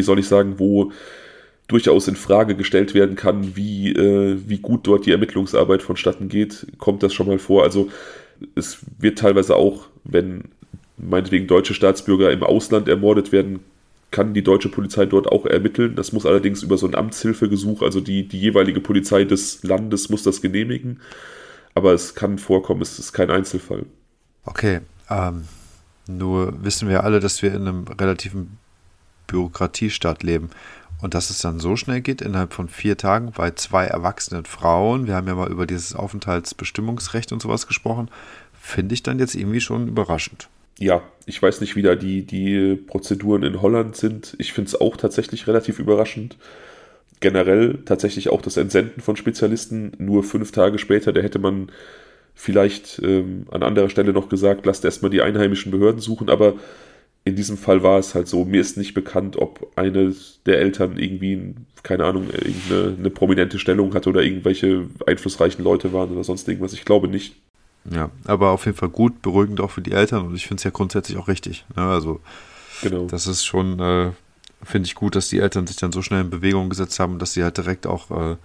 durchaus in Frage gestellt werden kann, wie gut dort die Ermittlungsarbeit vonstatten geht, kommt das schon mal vor. Also es wird teilweise auch, wenn meinetwegen deutsche Staatsbürger im Ausland ermordet werden, kann die deutsche Polizei dort auch ermitteln. Das muss allerdings über so ein Amtshilfegesuch, also die jeweilige Polizei des Landes muss das genehmigen. Aber es kann vorkommen, es ist kein Einzelfall. Okay, nur wissen wir alle, dass wir in einem relativen Bürokratiestaat leben. Und dass es dann so schnell geht, innerhalb von 4 Tagen bei 2 erwachsenen Frauen, wir haben ja mal über dieses Aufenthaltsbestimmungsrecht und sowas gesprochen, finde ich dann jetzt irgendwie schon überraschend. Ja, ich weiß nicht, wie da die Prozeduren in Holland sind. Ich finde es auch tatsächlich relativ überraschend. Generell tatsächlich auch das Entsenden von Spezialisten nur 5 Tage später, da hätte man vielleicht an anderer Stelle noch gesagt, lasst erstmal die einheimischen Behörden suchen, aber in diesem Fall war es halt so, mir ist nicht bekannt, ob eine der Eltern irgendwie, keine Ahnung, irgendeine prominente Stellung hatte oder irgendwelche einflussreichen Leute waren oder sonst irgendwas. Ich glaube nicht. Ja, aber auf jeden Fall gut, beruhigend auch für die Eltern und ich finde es ja grundsätzlich auch richtig. Ne? Also Genau. das ist schon, finde ich gut, dass die Eltern sich dann so schnell in Bewegung gesetzt haben und dass sie halt direkt auch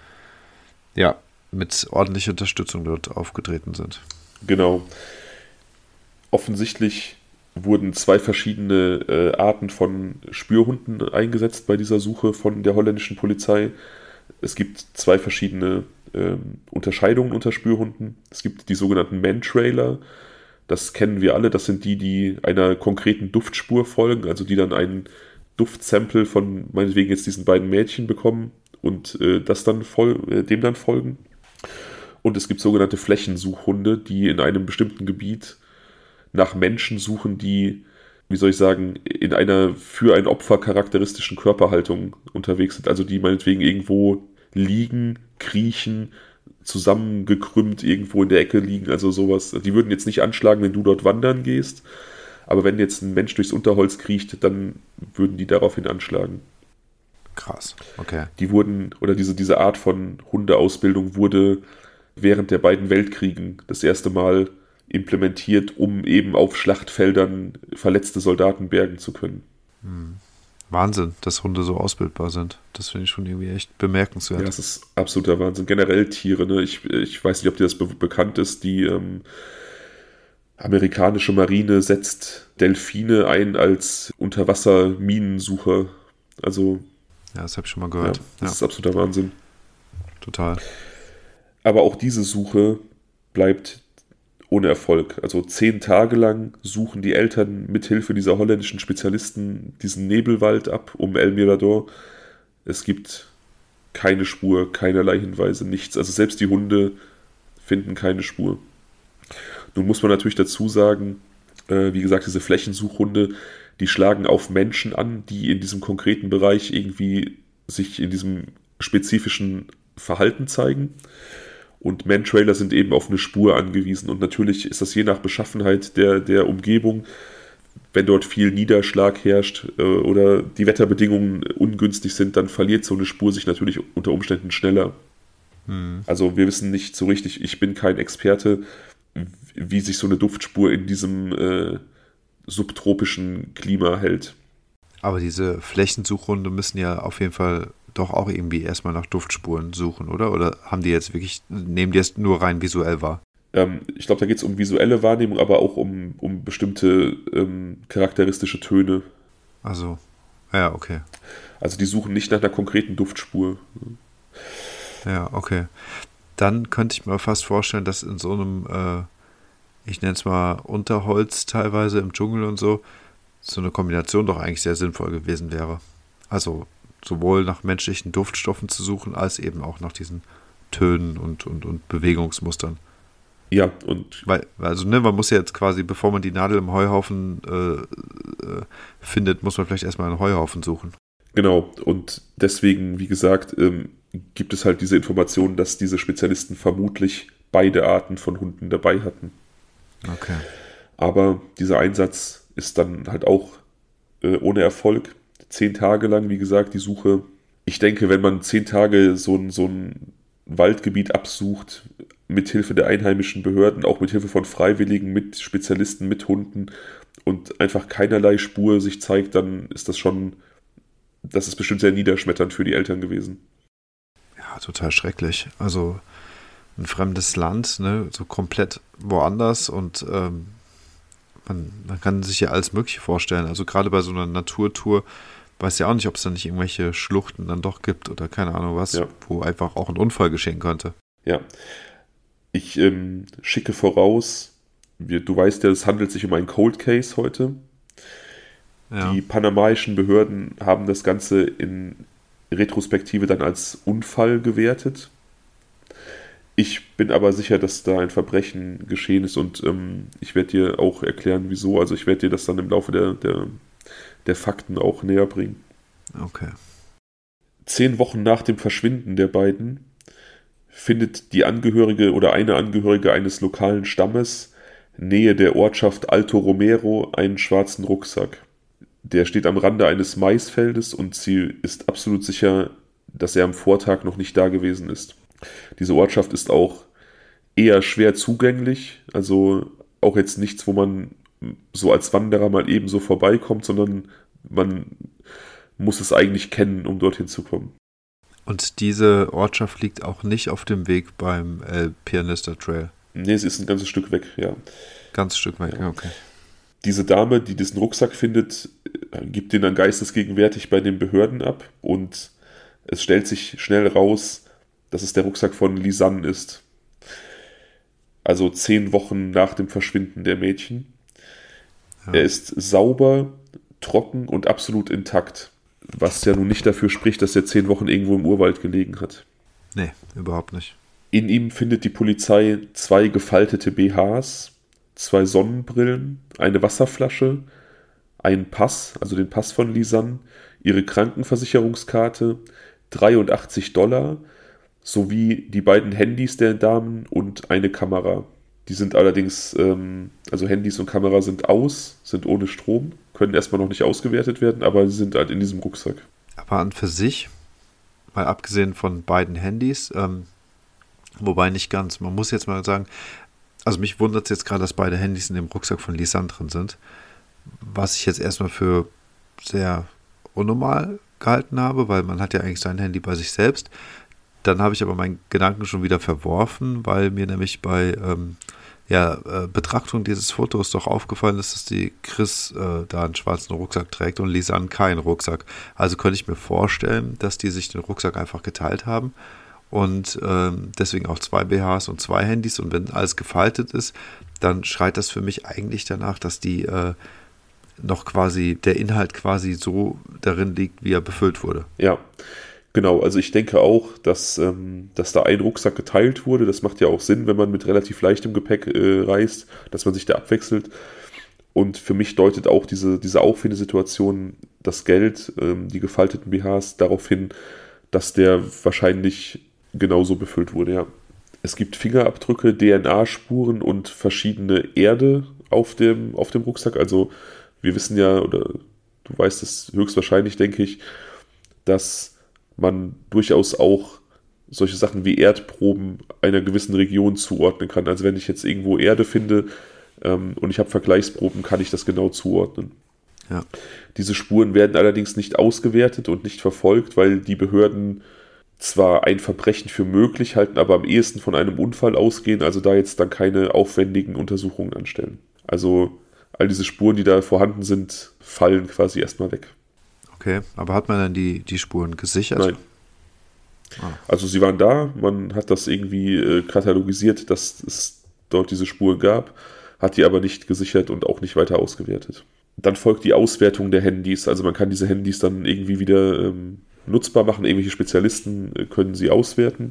mit ordentlicher Unterstützung dort aufgetreten sind. Genau. Offensichtlich wurden 2 verschiedene Arten von Spürhunden eingesetzt bei dieser Suche von der holländischen Polizei. Es gibt 2 verschiedene Unterscheidungen unter Spürhunden. Es gibt die sogenannten Man-Trailer. Das kennen wir alle. Das sind die einer konkreten Duftspur folgen, also die dann ein Duftsample von meinetwegen jetzt diesen beiden Mädchen bekommen und dem dann folgen. Und es gibt sogenannte Flächensuchhunde, die in einem bestimmten Gebiet nach Menschen suchen, die, wie soll ich sagen, in einer für ein Opfer charakteristischen Körperhaltung unterwegs sind. Also die meinetwegen irgendwo liegen, kriechen, zusammengekrümmt irgendwo in der Ecke liegen, also sowas. Die würden jetzt nicht anschlagen, wenn du dort wandern gehst, aber wenn jetzt ein Mensch durchs Unterholz kriecht, dann würden die daraufhin anschlagen. Krass, okay. Diese Art von Hundeausbildung wurde während der beiden Weltkriegen das erste Mal implementiert, um eben auf Schlachtfeldern verletzte Soldaten bergen zu können. Wahnsinn, dass Hunde so ausbildbar sind. Das finde ich schon irgendwie echt bemerkenswert. Ja, das ist absoluter Wahnsinn. Generell Tiere, ne? Ich weiß nicht, ob dir das bekannt ist, die amerikanische Marine setzt Delfine ein als Unterwasser-Minensucher. Also Ja, das habe ich schon mal gehört. Ja, das ist absoluter Wahnsinn. Total. Aber auch diese Suche bleibt ohne Erfolg. Also 10 Tage lang suchen die Eltern mithilfe dieser holländischen Spezialisten diesen Nebelwald ab um El Mirador. Es gibt keine Spur, keinerlei Hinweise, nichts. Also selbst die Hunde finden keine Spur. Nun muss man natürlich dazu sagen, wie gesagt, diese Flächensuchhunde, die schlagen auf Menschen an, die in diesem konkreten Bereich irgendwie sich in diesem spezifischen Verhalten zeigen. Und Man-Trailer sind eben auf eine Spur angewiesen. Und natürlich ist das je nach Beschaffenheit der Umgebung, wenn dort viel Niederschlag herrscht oder die Wetterbedingungen ungünstig sind, dann verliert so eine Spur sich natürlich unter Umständen schneller. Also wir wissen nicht so richtig, ich bin kein Experte, wie sich so eine Duftspur in diesem subtropischen Klima hält. Aber diese Flächensuchhunde müssen ja auf jeden Fall doch auch irgendwie erstmal nach Duftspuren suchen, oder? Oder haben die jetzt wirklich, nehmen die es nur rein visuell wahr? Ich glaube, da geht es um visuelle Wahrnehmung, aber auch um bestimmte charakteristische Töne. Also, ja, okay. Also die suchen nicht nach einer konkreten Duftspur. Ja, okay. Dann könnte ich mir fast vorstellen, dass in so einem, ich nenne es mal Unterholz teilweise im Dschungel und so eine Kombination doch eigentlich sehr sinnvoll gewesen wäre. Also sowohl nach menschlichen Duftstoffen zu suchen, als eben auch nach diesen Tönen und Bewegungsmustern. Ja, und man muss ja jetzt quasi, bevor man die Nadel im Heuhaufen findet, muss man vielleicht erstmal einen Heuhaufen suchen. Genau, und deswegen, wie gesagt, gibt es halt diese Information, dass diese Spezialisten vermutlich beide Arten von Hunden dabei hatten. Okay. Aber dieser Einsatz ist dann halt auch ohne Erfolg. 10 Tage lang, wie gesagt, die Suche. Ich denke, wenn man 10 Tage so ein Waldgebiet absucht, mit Hilfe der einheimischen Behörden, auch mit Hilfe von Freiwilligen, mit Spezialisten, mit Hunden und einfach keinerlei Spur sich zeigt, dann ist das ist bestimmt sehr niederschmetternd für die Eltern gewesen. Ja, total schrecklich. Also ein fremdes Land, ne, so komplett woanders und man kann sich ja alles Mögliche vorstellen. Also gerade bei so einer Naturtour weiß ja auch nicht, ob es da nicht irgendwelche Schluchten dann doch gibt oder keine Ahnung was, ja, wo einfach auch ein Unfall geschehen könnte. Ja, ich schicke voraus, du weißt ja, es handelt sich um einen Cold Case heute. Ja. Die panamaischen Behörden haben das Ganze in Retrospektive dann als Unfall gewertet. Ich bin aber sicher, dass da ein Verbrechen geschehen ist und ich werde dir auch erklären, wieso. Also ich werde dir das dann im Laufe der Fakten auch näher bringen. Okay. 10 Wochen nach dem Verschwinden der beiden findet die Angehörige oder eine Angehörige eines lokalen Stammes Nähe der Ortschaft Alto Romero einen schwarzen Rucksack. Der steht am Rande eines Maisfeldes und sie ist absolut sicher, dass er am Vortag noch nicht da gewesen ist. Diese Ortschaft ist auch eher schwer zugänglich, also auch jetzt nichts, wo man so als Wanderer mal ebenso vorbeikommt, sondern man muss es eigentlich kennen, um dorthin zu kommen. Und diese Ortschaft liegt auch nicht auf dem Weg beim El Pianista Trail? Nee, sie ist ein ganzes Stück weg, ja. Ganz Stück weg, Ja. okay. Diese Dame, die diesen Rucksack findet, gibt den dann geistesgegenwärtig bei den Behörden ab und es stellt sich schnell raus, dass es der Rucksack von Lisanne ist. Also 10 Wochen nach dem Verschwinden der Mädchen. Ja. Er ist sauber, trocken und absolut intakt. Was ja nun nicht dafür spricht, dass er 10 Wochen irgendwo im Urwald gelegen hat. Nee, überhaupt nicht. In ihm findet die Polizei 2 gefaltete BHs, 2 Sonnenbrillen, eine Wasserflasche, einen Pass, also den Pass von Lisanne, ihre Krankenversicherungskarte, $83 sowie die beiden Handys der Damen und eine Kamera. Die sind allerdings, also Handys und Kamera sind aus, sind ohne Strom, können erstmal noch nicht ausgewertet werden, aber sie sind halt in diesem Rucksack. Aber an für sich, mal abgesehen von beiden Handys, wobei nicht ganz, man muss jetzt mal sagen, also mich wundert es jetzt gerade, dass beide Handys in dem Rucksack von Lisanne drin sind, was ich jetzt erstmal für sehr unnormal gehalten habe, weil man hat ja eigentlich sein Handy bei sich selbst. Dann habe ich aber meinen Gedanken schon wieder verworfen, weil mir nämlich bei Betrachtung dieses Fotos doch aufgefallen ist, dass die Chris da einen schwarzen Rucksack trägt und Lisanne keinen Rucksack. Also könnte ich mir vorstellen, dass die sich den Rucksack einfach geteilt haben und deswegen auch 2 BHs und 2 Handys, und wenn alles gefaltet ist, dann schreit das für mich eigentlich danach, dass die noch quasi, der Inhalt quasi so darin liegt, wie er befüllt wurde. Ja, genau. Also ich denke auch, dass da ein Rucksack geteilt wurde. Das macht ja auch Sinn, wenn man mit relativ leichtem Gepäck reist, dass man sich da abwechselt. Und für mich deutet auch diese Auffindesituation, das Geld, die gefalteten BHs, darauf hin, dass der wahrscheinlich genauso befüllt wurde, ja. Es gibt Fingerabdrücke, DNA-Spuren und verschiedene Erde auf dem Rucksack. Also wir wissen ja, oder du weißt es höchstwahrscheinlich, denke ich, dass man durchaus auch solche Sachen wie Erdproben einer gewissen Region zuordnen kann. Also wenn ich jetzt irgendwo Erde finde und ich habe Vergleichsproben, kann ich das genau zuordnen. Ja. Diese Spuren werden allerdings nicht ausgewertet und nicht verfolgt, weil die Behörden zwar ein Verbrechen für möglich halten, aber am ehesten von einem Unfall ausgehen, also da jetzt dann keine aufwendigen Untersuchungen anstellen. Also all diese Spuren, die da vorhanden sind, fallen quasi erstmal weg. Okay, aber hat man dann die Spuren gesichert? Nein. Also sie waren da, man hat das irgendwie katalogisiert, dass es dort diese Spuren gab, hat die aber nicht gesichert und auch nicht weiter ausgewertet. Dann folgt die Auswertung der Handys, also man kann diese Handys dann irgendwie wieder nutzbar machen, irgendwelche Spezialisten können sie auswerten.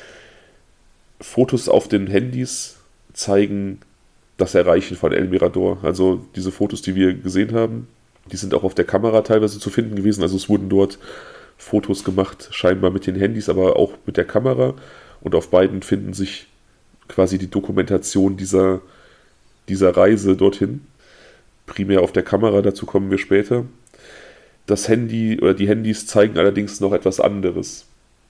Fotos auf den Handys zeigen das Erreichen von El Mirador, also diese Fotos, die wir gesehen haben, die sind auch auf der Kamera teilweise zu finden gewesen, also es wurden dort Fotos gemacht, scheinbar mit den Handys, aber auch mit der Kamera, und auf beiden finden sich quasi die Dokumentation dieser Reise dorthin. Primär auf der Kamera, dazu kommen wir später. Das Handy oder die Handys zeigen allerdings noch etwas anderes.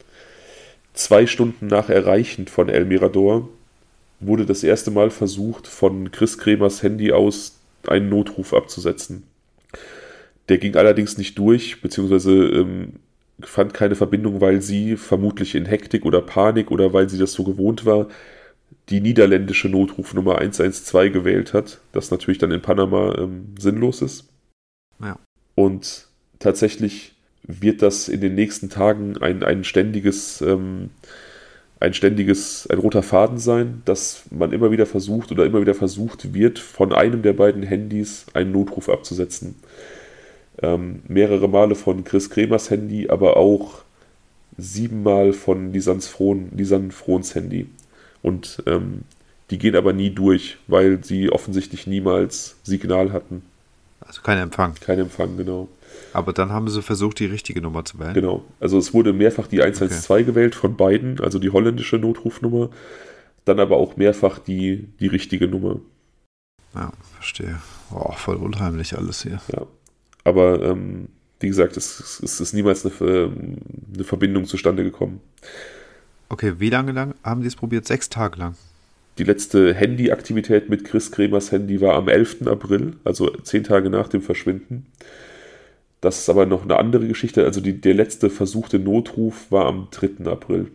2 Stunden nach Erreichen von El Mirador wurde das erste Mal versucht, von Chris Kremers Handy aus einen Notruf abzusetzen. Der ging allerdings nicht durch, beziehungsweise fand keine Verbindung, weil sie vermutlich in Hektik oder Panik oder weil sie das so gewohnt war, die niederländische Notrufnummer 112 gewählt hat, das natürlich dann in Panama sinnlos ist. Ja. Und tatsächlich wird das in den nächsten Tagen ein roter Faden sein, dass man immer wieder versucht wird, von einem der beiden Handys einen Notruf abzusetzen. Mehrere Male von Chris Kremers Handy, aber auch 7-mal von Lisanne Frohns Handy. Und die gehen aber nie durch, weil sie offensichtlich niemals Signal hatten. Also kein Empfang. Kein Empfang, genau. Aber dann haben sie versucht, die richtige Nummer zu wählen. Genau. Also es wurde mehrfach die 112 gewählt von beiden, also die holländische Notrufnummer, dann aber auch mehrfach die richtige Nummer. Ja, verstehe. Oh, voll unheimlich alles hier. Ja. Aber wie gesagt, es ist niemals eine Verbindung zustande gekommen. Okay, wie lange lang haben die es probiert? 6 Tage lang. Die letzte Handyaktivität mit Chris Kremers Handy war am 11. April, also 10 Tage nach dem Verschwinden. Das ist aber noch eine andere Geschichte. Also der letzte versuchte Notruf war am 3. April.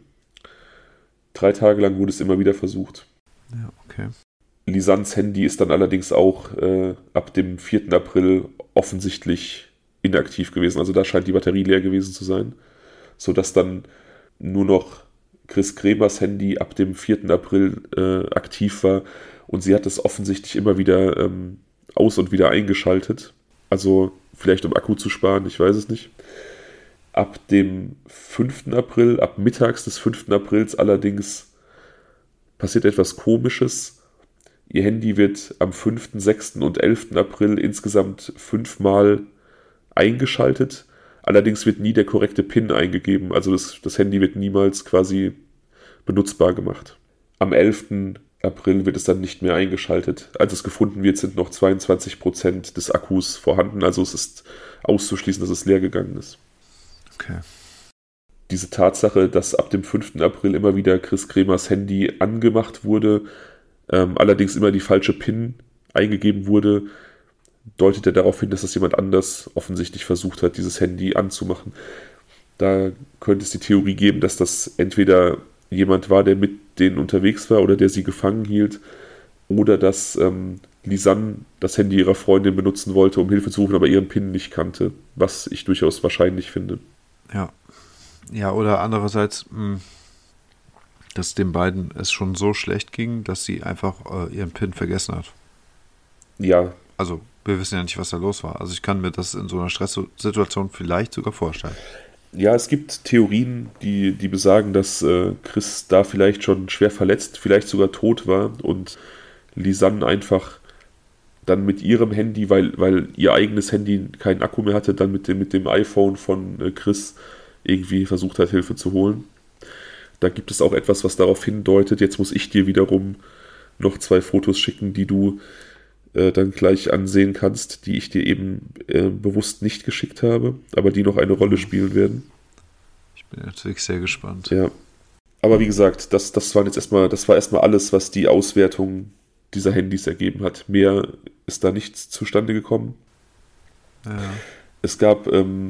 3 Tage lang wurde es immer wieder versucht. Ja, okay. Lisannes Handy ist dann allerdings auch ab dem 4. April offensichtlich inaktiv gewesen. Also da scheint die Batterie leer gewesen zu sein, sodass dann nur noch Chris Kremers Handy ab dem 4. April aktiv war und sie hat es offensichtlich immer wieder aus- und wieder eingeschaltet. Also vielleicht um Akku zu sparen, ich weiß es nicht. Ab dem 5. April, ab mittags des 5. Aprils allerdings passiert etwas Komisches. Ihr Handy wird am 5., 6. und 11. April insgesamt 5-mal eingeschaltet. Allerdings wird nie der korrekte PIN eingegeben. Also das Handy wird niemals quasi benutzbar gemacht. Am 11. April wird es dann nicht mehr eingeschaltet. Als es gefunden wird, sind noch 22% des Akkus vorhanden. Also es ist auszuschließen, dass es leer gegangen ist. Okay. Diese Tatsache, dass ab dem 5. April immer wieder Chris Kremers Handy angemacht wurde, allerdings immer die falsche PIN eingegeben wurde, deutet ja darauf hin, dass das jemand anders offensichtlich versucht hat, dieses Handy anzumachen. Da könnte es die Theorie geben, dass das entweder jemand war, der mit denen unterwegs war oder der sie gefangen hielt, oder dass Lisanne das Handy ihrer Freundin benutzen wollte, um Hilfe zu rufen, aber ihren PIN nicht kannte, was ich durchaus wahrscheinlich finde. Ja. Ja, oder andererseits, dass den beiden es schon so schlecht ging, dass sie einfach ihren PIN vergessen hat. Ja. Also, wir wissen ja nicht, was da los war. Also, ich kann mir das in so einer Stresssituation vielleicht sogar vorstellen. Ja, es gibt Theorien, die besagen, dass Chris da vielleicht schon schwer verletzt, vielleicht sogar tot war und Lisanne einfach dann mit ihrem Handy, weil ihr eigenes Handy keinen Akku mehr hatte, dann mit dem iPhone von Chris irgendwie versucht hat, Hilfe zu holen. Da gibt es auch etwas, was darauf hindeutet. Jetzt muss ich dir wiederum noch 2 Fotos schicken, die du dann gleich ansehen kannst, die ich dir eben bewusst nicht geschickt habe, aber die noch eine Rolle spielen werden. Ich bin natürlich sehr gespannt. Ja. Aber wie gesagt, das war erstmal alles, was die Auswertung dieser Handys ergeben hat. Mehr ist da nichts zustande gekommen. Ja. Es gab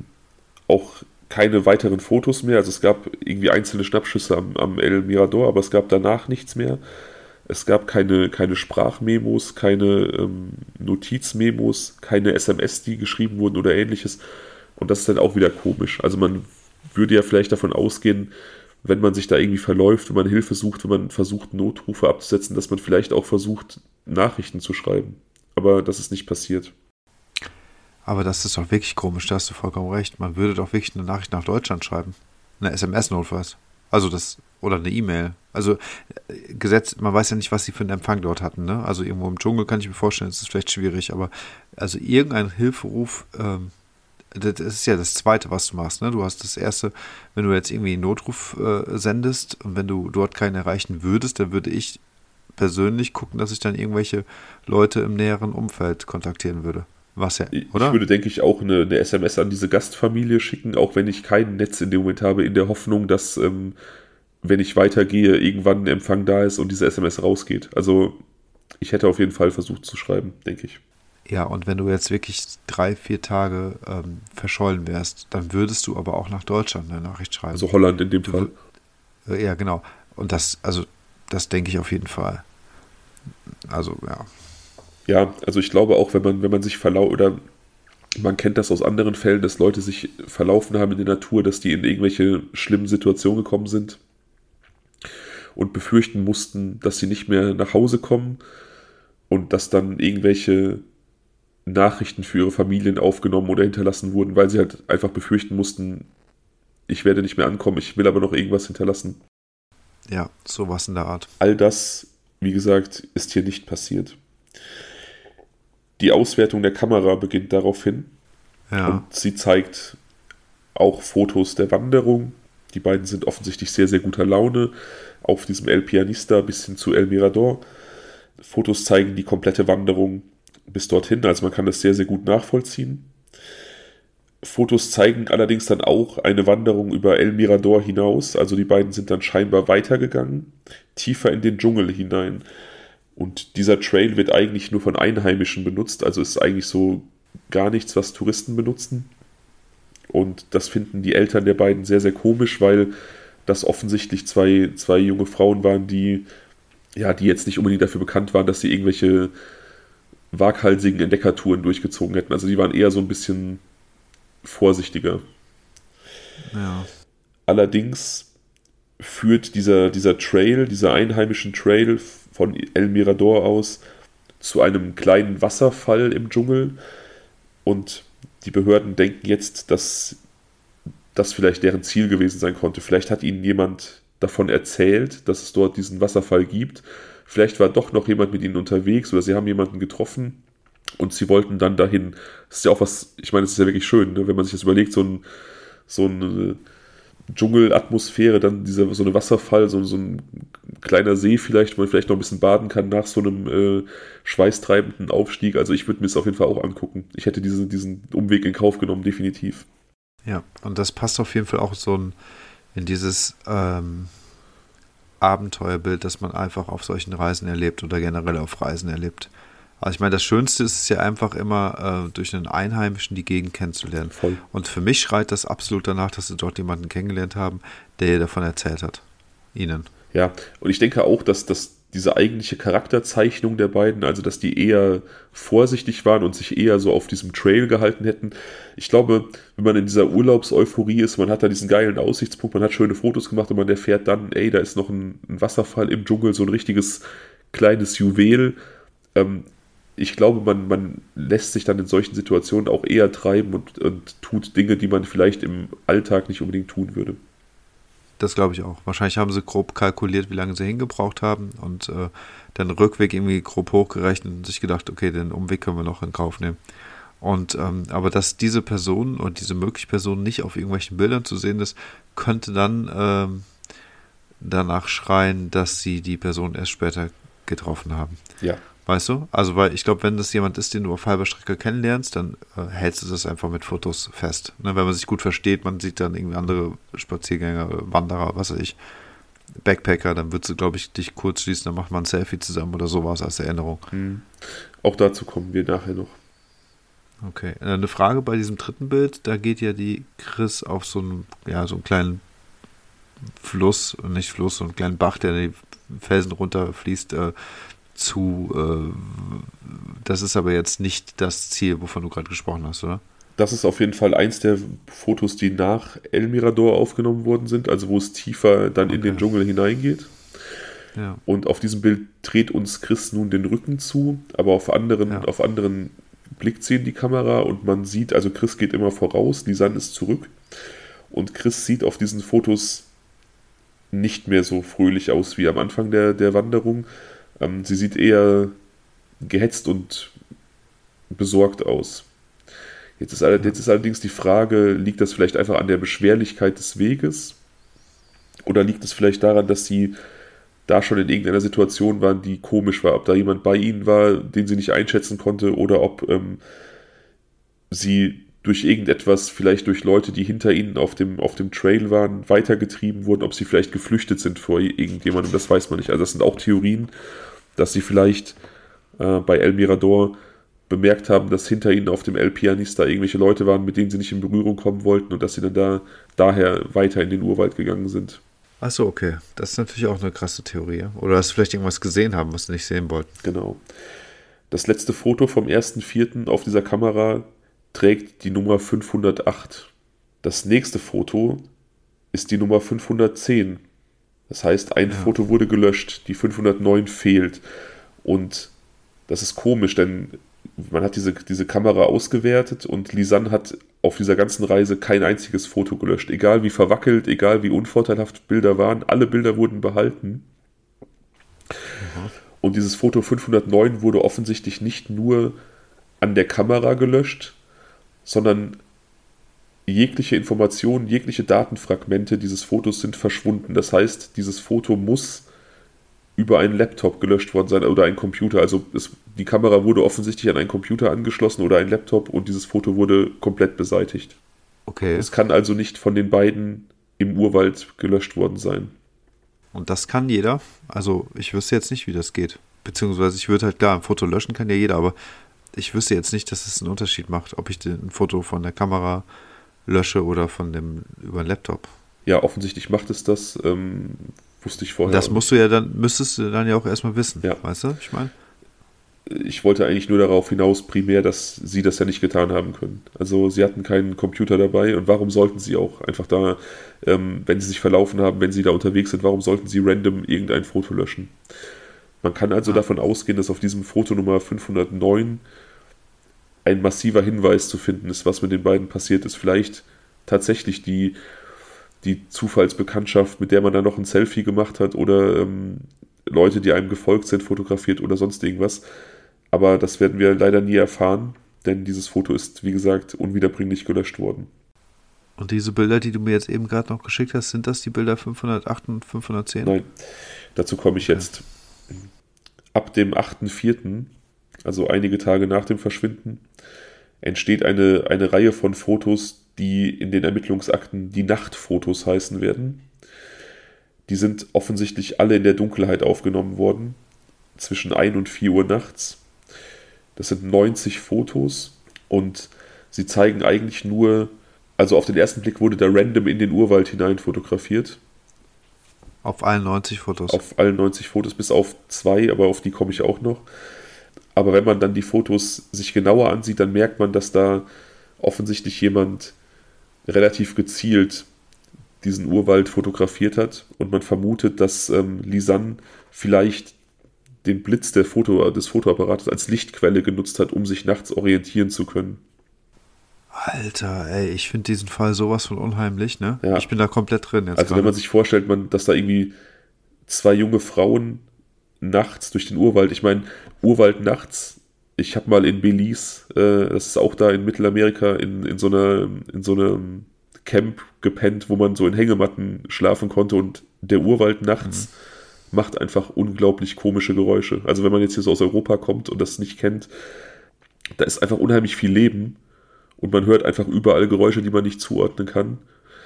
auch keine weiteren Fotos mehr. Also es gab irgendwie einzelne Schnappschüsse am El Mirador, aber es gab danach nichts mehr. Es gab keine Sprachmemos, keine Notizmemos, keine SMS, die geschrieben wurden oder ähnliches. Und das ist dann auch wieder komisch. Also man würde ja vielleicht davon ausgehen, wenn man sich da irgendwie verläuft, wenn man Hilfe sucht, wenn man versucht, Notrufe abzusetzen, dass man vielleicht auch versucht, Nachrichten zu schreiben. Aber das ist nicht passiert. Aber das ist doch wirklich komisch, da hast du vollkommen recht. Man würde doch wirklich eine Nachricht nach Deutschland schreiben. Eine SMS notfalls. Also oder eine E-Mail. Also Gesetz, man weiß ja nicht, was sie für einen Empfang dort hatten, ne? Also irgendwo im Dschungel kann ich mir vorstellen, das ist vielleicht schwierig, aber also irgendein Hilferuf, das ist ja das Zweite, was du machst, ne? Du hast das Erste, wenn du jetzt irgendwie einen Notruf sendest und wenn du dort keinen erreichen würdest, dann würde ich persönlich gucken, dass ich dann irgendwelche Leute im näheren Umfeld kontaktieren würde. Was ja, oder? Ich würde, denke ich, auch eine SMS an diese Gastfamilie schicken, auch wenn ich kein Netz in dem Moment habe, in der Hoffnung, dass, wenn ich weitergehe, irgendwann ein Empfang da ist und diese SMS rausgeht. Also ich hätte auf jeden Fall versucht zu schreiben, denke ich. Ja, und wenn du jetzt wirklich 3-4 Tage verschollen wärst, dann würdest du aber auch nach Deutschland eine Nachricht schreiben. Also Holland in dem Fall. Ja, genau. Und das denke ich auf jeden Fall. Also, ja. Ja, also ich glaube auch, wenn man sich oder man kennt das aus anderen Fällen, dass Leute sich verlaufen haben in der Natur, dass die in irgendwelche schlimmen Situationen gekommen sind und befürchten mussten, dass sie nicht mehr nach Hause kommen und dass dann irgendwelche Nachrichten für ihre Familien aufgenommen oder hinterlassen wurden, weil sie halt einfach befürchten mussten, ich werde nicht mehr ankommen, ich will aber noch irgendwas hinterlassen. Ja, sowas in der Art. All das, wie gesagt, ist hier nicht passiert. Die Auswertung der Kamera beginnt daraufhin. Ja. Und sie zeigt auch Fotos der Wanderung. Die beiden sind offensichtlich sehr, sehr guter Laune. Auf diesem El Pianista bis hin zu El Mirador. Fotos zeigen die komplette Wanderung bis dorthin. Also man kann das sehr, sehr gut nachvollziehen. Fotos zeigen allerdings dann auch eine Wanderung über El Mirador hinaus. Also die beiden sind dann scheinbar weitergegangen, tiefer in den Dschungel hinein. Und dieser Trail wird eigentlich nur von Einheimischen benutzt. Also ist eigentlich so gar nichts, was Touristen benutzen. Und das finden die Eltern der beiden sehr, sehr komisch, weil das offensichtlich zwei junge Frauen waren, die jetzt nicht unbedingt dafür bekannt waren, dass sie irgendwelche waghalsigen Entdeckertouren durchgezogen hätten. Also die waren eher so ein bisschen vorsichtiger. Ja. Allerdings führt dieser Trail, dieser einheimischen Trail von El Mirador aus zu einem kleinen Wasserfall im Dschungel. Und die Behörden denken jetzt, dass das vielleicht deren Ziel gewesen sein konnte. Vielleicht hat ihnen jemand davon erzählt, dass es dort diesen Wasserfall gibt. Vielleicht war doch noch jemand mit ihnen unterwegs oder sie haben jemanden getroffen und sie wollten dann dahin. Das ist ja auch was, ich meine, es ist ja wirklich schön, ne? Wenn man sich das überlegt, so eine Dschungelatmosphäre, dann so eine Wasserfall, so ein kleiner See vielleicht, wo man vielleicht noch ein bisschen baden kann nach so einem schweißtreibenden Aufstieg. Also ich würde mir es auf jeden Fall auch angucken. Ich hätte diesen Umweg in Kauf genommen, definitiv. Ja, und das passt auf jeden Fall auch in dieses Abenteuerbild, das man einfach auf solchen Reisen erlebt oder generell auf Reisen erlebt. Also ich meine, das Schönste ist es ja einfach immer, durch einen Einheimischen die Gegend kennenzulernen. Voll. Und für mich schreit das absolut danach, dass sie dort jemanden kennengelernt haben, der ihr davon erzählt hat. Ihnen. Ja, und ich denke auch, dass diese eigentliche Charakterzeichnung der beiden, also dass die eher vorsichtig waren und sich eher so auf diesem Trail gehalten hätten. Ich glaube, wenn man in dieser Urlaubseuphorie ist, man hat da diesen geilen Aussichtspunkt, man hat schöne Fotos gemacht und man erfährt dann, ey, da ist noch ein Wasserfall im Dschungel, so ein richtiges kleines Juwel. Ich glaube, man lässt sich dann in solchen Situationen auch eher treiben und tut Dinge, die man vielleicht im Alltag nicht unbedingt tun würde. Das glaube ich auch. Wahrscheinlich haben sie grob kalkuliert, wie lange sie hingebraucht haben und dann Rückweg irgendwie grob hochgerechnet und sich gedacht, okay, den Umweg können wir noch in Kauf nehmen. Und aber dass diese Person und diese mögliche Person nicht auf irgendwelchen Bildern zu sehen ist, könnte dann danach schreien, dass sie die Person erst später getroffen haben. Ja. Weißt du? Also, weil ich glaube, wenn das jemand ist, den du auf halber Strecke kennenlernst, dann hältst du das einfach mit Fotos fest. Ne? Wenn man sich gut versteht, man sieht dann irgendwie andere Spaziergänger, Wanderer, was weiß ich, Backpacker, dann würdest du, glaube ich, dich kurz schließen, dann macht man ein Selfie zusammen oder sowas als Erinnerung. Auch dazu kommen wir nachher noch. Okay. Eine Frage bei diesem dritten Bild, da geht ja die Chris auf so einen kleinen Fluss, nicht Fluss, so einen kleinen Bach, der die Felsen runterfließt, das ist aber jetzt nicht das Ziel, wovon du gerade gesprochen hast, oder? Das ist auf jeden Fall eins der Fotos, die nach El Mirador aufgenommen worden sind, also wo es tiefer dann in den Dschungel hineingeht. Ja. Und auf diesem Bild dreht uns Chris nun den Rücken zu, aber auf anderen blickt sie in die Kamera und man sieht, also Chris geht immer voraus, Lisanne ist zurück und Chris sieht auf diesen Fotos nicht mehr so fröhlich aus wie am Anfang der Wanderung. Sie sieht eher gehetzt und besorgt aus. Jetzt ist allerdings die Frage, liegt das vielleicht einfach an der Beschwerlichkeit des Weges? Oder liegt es vielleicht daran, dass sie da schon in irgendeiner Situation waren, die komisch war? Ob da jemand bei ihnen war, den sie nicht einschätzen konnte, oder ob sie durch irgendetwas, vielleicht durch Leute, die hinter ihnen auf dem Trail waren, weitergetrieben wurden, ob sie vielleicht geflüchtet sind vor irgendjemandem, das weiß man nicht. Also das sind auch Theorien, dass sie vielleicht bei El Mirador bemerkt haben, dass hinter ihnen auf dem El Pianista irgendwelche Leute waren, mit denen sie nicht in Berührung kommen wollten und dass sie dann daher weiter in den Urwald gegangen sind. Achso, okay. Das ist natürlich auch eine krasse Theorie. Oder dass sie vielleicht irgendwas gesehen haben, was sie nicht sehen wollten. Genau. Das letzte Foto vom 1.4. auf dieser Kamera trägt die Nummer 508. Das nächste Foto ist die Nummer 510. Das heißt, ein Foto wurde gelöscht, die 509 fehlt. Und das ist komisch, denn man hat diese Kamera ausgewertet und Lisanne hat auf dieser ganzen Reise kein einziges Foto gelöscht. Egal wie verwackelt, egal wie unvorteilhaft Bilder waren, alle Bilder wurden behalten. Und dieses Foto 509 wurde offensichtlich nicht nur an der Kamera gelöscht, sondern jegliche Informationen, jegliche Datenfragmente dieses Fotos sind verschwunden. Das heißt, dieses Foto muss über einen Laptop gelöscht worden sein oder einen Computer. Also die Kamera wurde offensichtlich an einen Computer angeschlossen oder einen Laptop und dieses Foto wurde komplett beseitigt. Okay. Es kann also nicht von den beiden im Urwald gelöscht worden sein. Und das kann jeder? Also ich wüsste jetzt nicht, wie das geht. Beziehungsweise ich würde halt, klar, ein Foto löschen kann ja jeder, aber ich wüsste jetzt nicht, dass es einen Unterschied macht, ob ich ein Foto von der Kamera lösche oder über einen Laptop. Ja, offensichtlich macht es das. Wusste ich vorher. Das müsstest du dann ja auch erstmal wissen. Ja. Weißt du, ich meine? Ich wollte eigentlich nur darauf hinaus, primär, dass sie das ja nicht getan haben können. Also sie hatten keinen Computer dabei und warum sollten sie auch einfach da, wenn sie sich verlaufen haben, wenn sie da unterwegs sind, warum sollten sie random irgendein Foto löschen? Man kann also davon ausgehen, dass auf diesem Foto Nummer 509 ein massiver Hinweis zu finden ist, was mit den beiden passiert ist. Vielleicht tatsächlich die Zufallsbekanntschaft, mit der man dann noch ein Selfie gemacht hat oder Leute, die einem gefolgt sind, fotografiert oder sonst irgendwas. Aber das werden wir leider nie erfahren, denn dieses Foto ist, wie gesagt, unwiederbringlich gelöscht worden. Und diese Bilder, die du mir jetzt eben gerade noch geschickt hast, sind das die Bilder 508 und 510? Nein, dazu komme ich jetzt. Ab dem 8.4., also einige Tage nach dem Verschwinden, entsteht eine Reihe von Fotos, die in den Ermittlungsakten die Nachtfotos heißen werden. Die sind offensichtlich alle in der Dunkelheit aufgenommen worden, zwischen 1 und 4 Uhr nachts. Das sind 90 Fotos und sie zeigen eigentlich nur, also auf den ersten Blick wurde da random in den Urwald hinein fotografiert. Auf allen 90 Fotos? Auf allen 90 Fotos, bis auf 2, aber auf die komme ich auch noch. Aber wenn man dann die Fotos sich genauer ansieht, dann merkt man, dass da offensichtlich jemand relativ gezielt diesen Urwald fotografiert hat und man vermutet, dass Lisanne vielleicht den Blitz des Fotoapparates als Lichtquelle genutzt hat, um sich nachts orientieren zu können. Alter, ey, ich finde diesen Fall sowas von unheimlich, ne? Ja. Ich bin da komplett drin jetzt. Also gerade. Wenn man sich vorstellt, dass da irgendwie 2 junge Frauen nachts durch den Urwald, ich meine, Urwald nachts, ich habe mal in Belize, das ist auch da in Mittelamerika, in so einem Camp gepennt, wo man so in Hängematten schlafen konnte und der Urwald nachts macht einfach unglaublich komische Geräusche. Also wenn man jetzt hier so aus Europa kommt und das nicht kennt, da ist einfach unheimlich viel Leben und man hört einfach überall Geräusche, die man nicht zuordnen kann.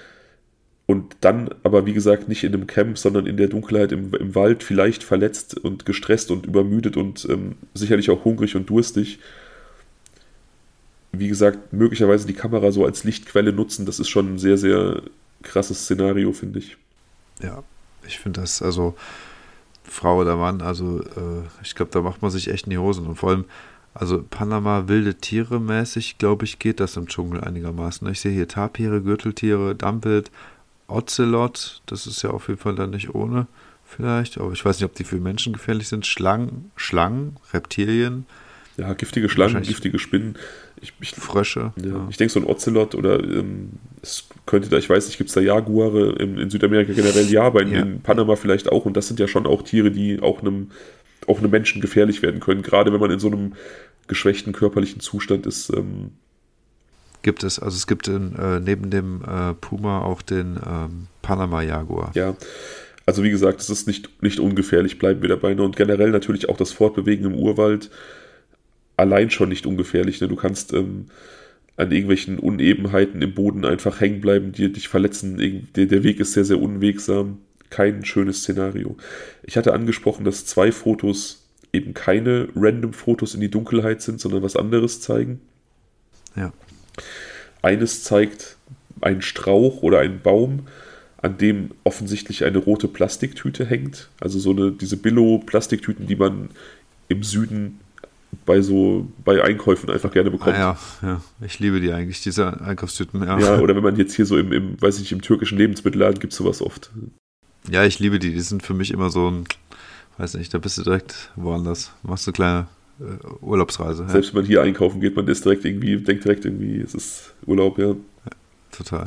Und dann aber, wie gesagt, nicht in einem Camp, sondern in der Dunkelheit im Wald, vielleicht verletzt und gestresst und übermüdet und sicherlich auch hungrig und durstig. Wie gesagt, möglicherweise die Kamera so als Lichtquelle nutzen, das ist schon ein sehr, sehr krasses Szenario, finde ich. Ja, ich finde das, also Frau oder Mann, also ich glaube, da macht man sich echt in die Hosen. Und vor allem, also Panama wilde Tiere mäßig, glaube ich, geht das im Dschungel einigermaßen. Ich sehe hier Tapire, Gürteltiere, Dammwild, Ocelot, das ist ja auf jeden Fall dann nicht ohne vielleicht, aber ich weiß nicht, ob die für Menschen gefährlich sind. Schlangen, Reptilien. Ja, giftige Schlangen, giftige Spinnen. Frösche. Ja. Ich denke, so ein Ocelot oder es könnte da, ich weiß nicht, gibt es da Jaguare in Südamerika generell? Ja, aber in Panama vielleicht auch. Und das sind ja schon auch Tiere, die auch einem Menschen gefährlich werden können. Gerade wenn man in so einem geschwächten körperlichen Zustand ist. Gibt es, also es gibt neben dem Puma auch den Panama-Jaguar. Ja, also wie gesagt, es ist nicht ungefährlich, bleiben wir dabei. Und generell natürlich auch das Fortbewegen im Urwald allein schon nicht ungefährlich. Ne? Du kannst an irgendwelchen Unebenheiten im Boden einfach hängen bleiben, die dich verletzen. Der Weg ist sehr, sehr unwegsam. Kein schönes Szenario. Ich hatte angesprochen, dass 2 Fotos eben keine Random-Fotos in die Dunkelheit sind, sondern was anderes zeigen. Ja. Eines zeigt einen Strauch oder einen Baum, an dem offensichtlich eine rote Plastiktüte hängt. Also diese Billo-Plastiktüten, die man im Süden bei Einkäufen einfach gerne bekommt. Ja. Ich liebe die eigentlich, diese Einkaufstüten. Ja, oder wenn man jetzt hier so im türkischen Lebensmittelladen gibt es sowas oft. Ja, ich liebe die. Die sind für mich immer so ein, weiß nicht, da bist du direkt woanders. Machst du kleine Urlaubsreise. Selbst wenn man hier einkaufen geht, man ist denkt direkt irgendwie, es ist Urlaub, ja. Total.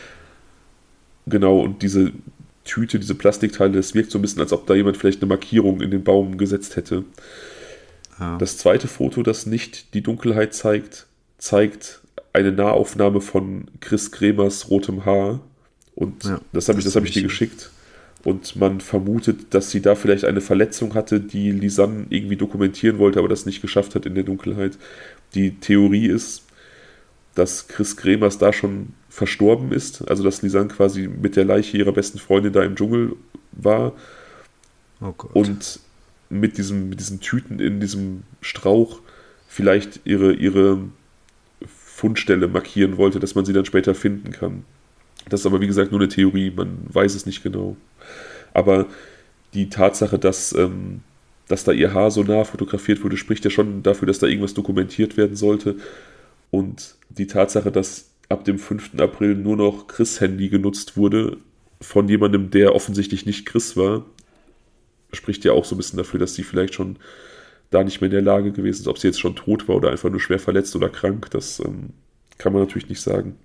Genau, und diese Tüte, diese Plastikteile, das wirkt so ein bisschen, als ob da jemand vielleicht eine Markierung in den Baum gesetzt hätte. Ja. Das zweite Foto, das nicht die Dunkelheit zeigt eine Nahaufnahme von Chris Kremers rotem Haar. Und Ja, das hab ich dir geschickt. Und man vermutet, dass sie da vielleicht eine Verletzung hatte, die Lisanne irgendwie dokumentieren wollte, aber das nicht geschafft hat in der Dunkelheit. Die Theorie ist, dass Chris Kremers da schon verstorben ist, also dass Lisanne quasi mit der Leiche ihrer besten Freundin da im Dschungel war. Oh Gott. Und mit diesen Tüten in diesem Strauch vielleicht ihre Fundstelle markieren wollte, dass man sie dann später finden kann. Das ist aber, wie gesagt, nur eine Theorie, man weiß es nicht genau. Aber die Tatsache, dass da ihr Haar so nah fotografiert wurde, spricht ja schon dafür, dass da irgendwas dokumentiert werden sollte. Und die Tatsache, dass ab dem 5. April nur noch Chris' Handy genutzt wurde, von jemandem, der offensichtlich nicht Chris war, spricht ja auch so ein bisschen dafür, dass sie vielleicht schon da nicht mehr in der Lage gewesen ist. Ob sie jetzt schon tot war oder einfach nur schwer verletzt oder krank, das kann man natürlich nicht sagen.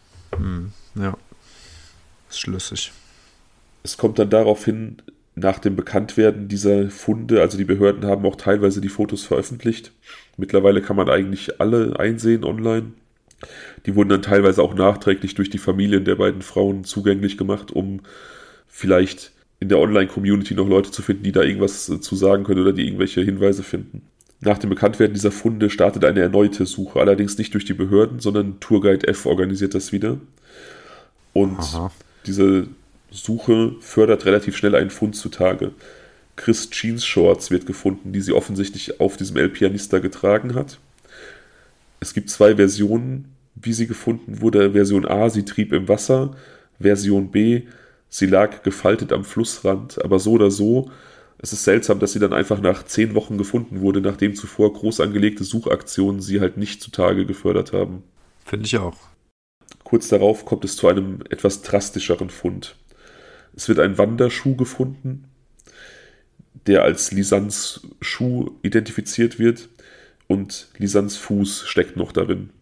Ja, ist schlüssig. Es kommt dann darauf hin, nach dem Bekanntwerden dieser Funde, also die Behörden haben auch teilweise die Fotos veröffentlicht. Mittlerweile kann man eigentlich alle einsehen online. Die wurden dann teilweise auch nachträglich durch die Familien der beiden Frauen zugänglich gemacht, um vielleicht in der Online-Community noch Leute zu finden, die da irgendwas zu sagen können oder die irgendwelche Hinweise finden. Nach dem Bekanntwerden dieser Funde startet eine erneute Suche, allerdings nicht durch die Behörden, sondern Tourguide F organisiert das wieder. Und diese Suche fördert relativ schnell einen Fund zutage. Chris Jeans Shorts wird gefunden, die sie offensichtlich auf diesem El Pianista getragen hat. Es gibt 2 Versionen, wie sie gefunden wurde. Version A, sie trieb im Wasser. Version B, sie lag gefaltet am Flussrand. Aber so oder so, es ist seltsam, dass sie dann einfach nach 10 Wochen gefunden wurde, nachdem zuvor groß angelegte Suchaktionen sie halt nicht zutage gefördert haben. Finde ich auch. Kurz darauf kommt es zu einem etwas drastischeren Fund. Es wird ein Wanderschuh gefunden, der als Lisannes Schuh identifiziert wird und Lisannes Fuß steckt noch darin.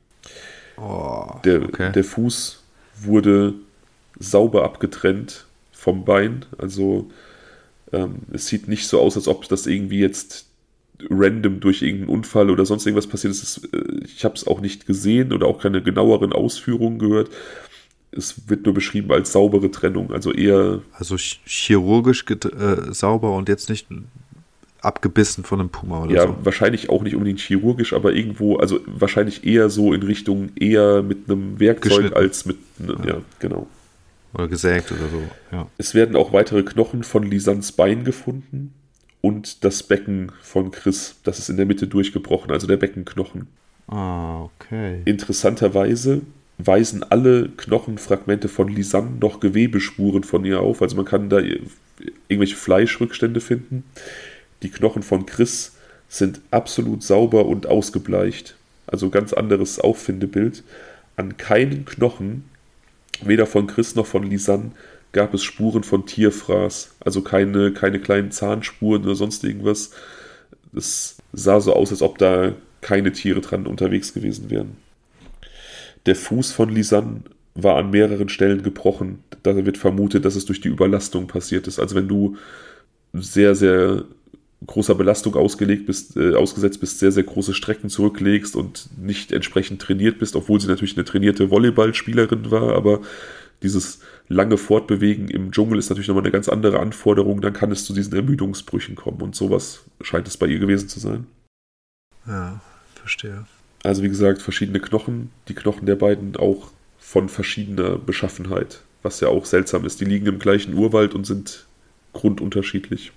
Der Fuß wurde sauber abgetrennt vom Bein, also es sieht nicht so aus, als ob das irgendwie jetzt random durch irgendeinen Unfall oder sonst irgendwas passiert ist. Ich habe es auch nicht gesehen oder auch keine genaueren Ausführungen gehört. Es wird nur beschrieben als saubere Trennung, also eher... Also chirurgisch sauber und jetzt nicht abgebissen von einem Puma oder so. Ja, wahrscheinlich auch nicht unbedingt chirurgisch, aber irgendwo, also wahrscheinlich eher so in Richtung eher mit einem Werkzeug als mit... Ja, genau. Oder gesägt oder so, ja. Es werden auch weitere Knochen von Lisannes Bein gefunden und das Becken von Chris, das ist in der Mitte durchgebrochen, also der Beckenknochen. Okay. Interessanterweise weisen alle Knochenfragmente von Lisanne noch Gewebespuren von ihr auf. Also man kann da irgendwelche Fleischrückstände finden. Die Knochen von Chris sind absolut sauber und ausgebleicht. Also ganz anderes Auffindebild. An keinen Knochen, weder von Chris noch von Lisanne, gab es Spuren von Tierfraß. Also keine kleinen Zahnspuren oder sonst irgendwas. Es sah so aus, als ob da keine Tiere dran unterwegs gewesen wären. Der Fuß von Lisanne war an mehreren Stellen gebrochen. Da wird vermutet, dass es durch die Überlastung passiert ist. Also wenn du sehr, sehr großer Belastung ausgesetzt bist, sehr, sehr große Strecken zurücklegst und nicht entsprechend trainiert bist, obwohl sie natürlich eine trainierte Volleyballspielerin war, aber dieses lange Fortbewegen im Dschungel ist natürlich nochmal eine ganz andere Anforderung, dann kann es zu diesen Ermüdungsbrüchen kommen und sowas scheint es bei ihr gewesen zu sein. Ja, verstehe. Also wie gesagt, verschiedene Knochen, die Knochen der beiden auch von verschiedener Beschaffenheit, was ja auch seltsam ist. Die liegen im gleichen Urwald und sind grundunterschiedlich.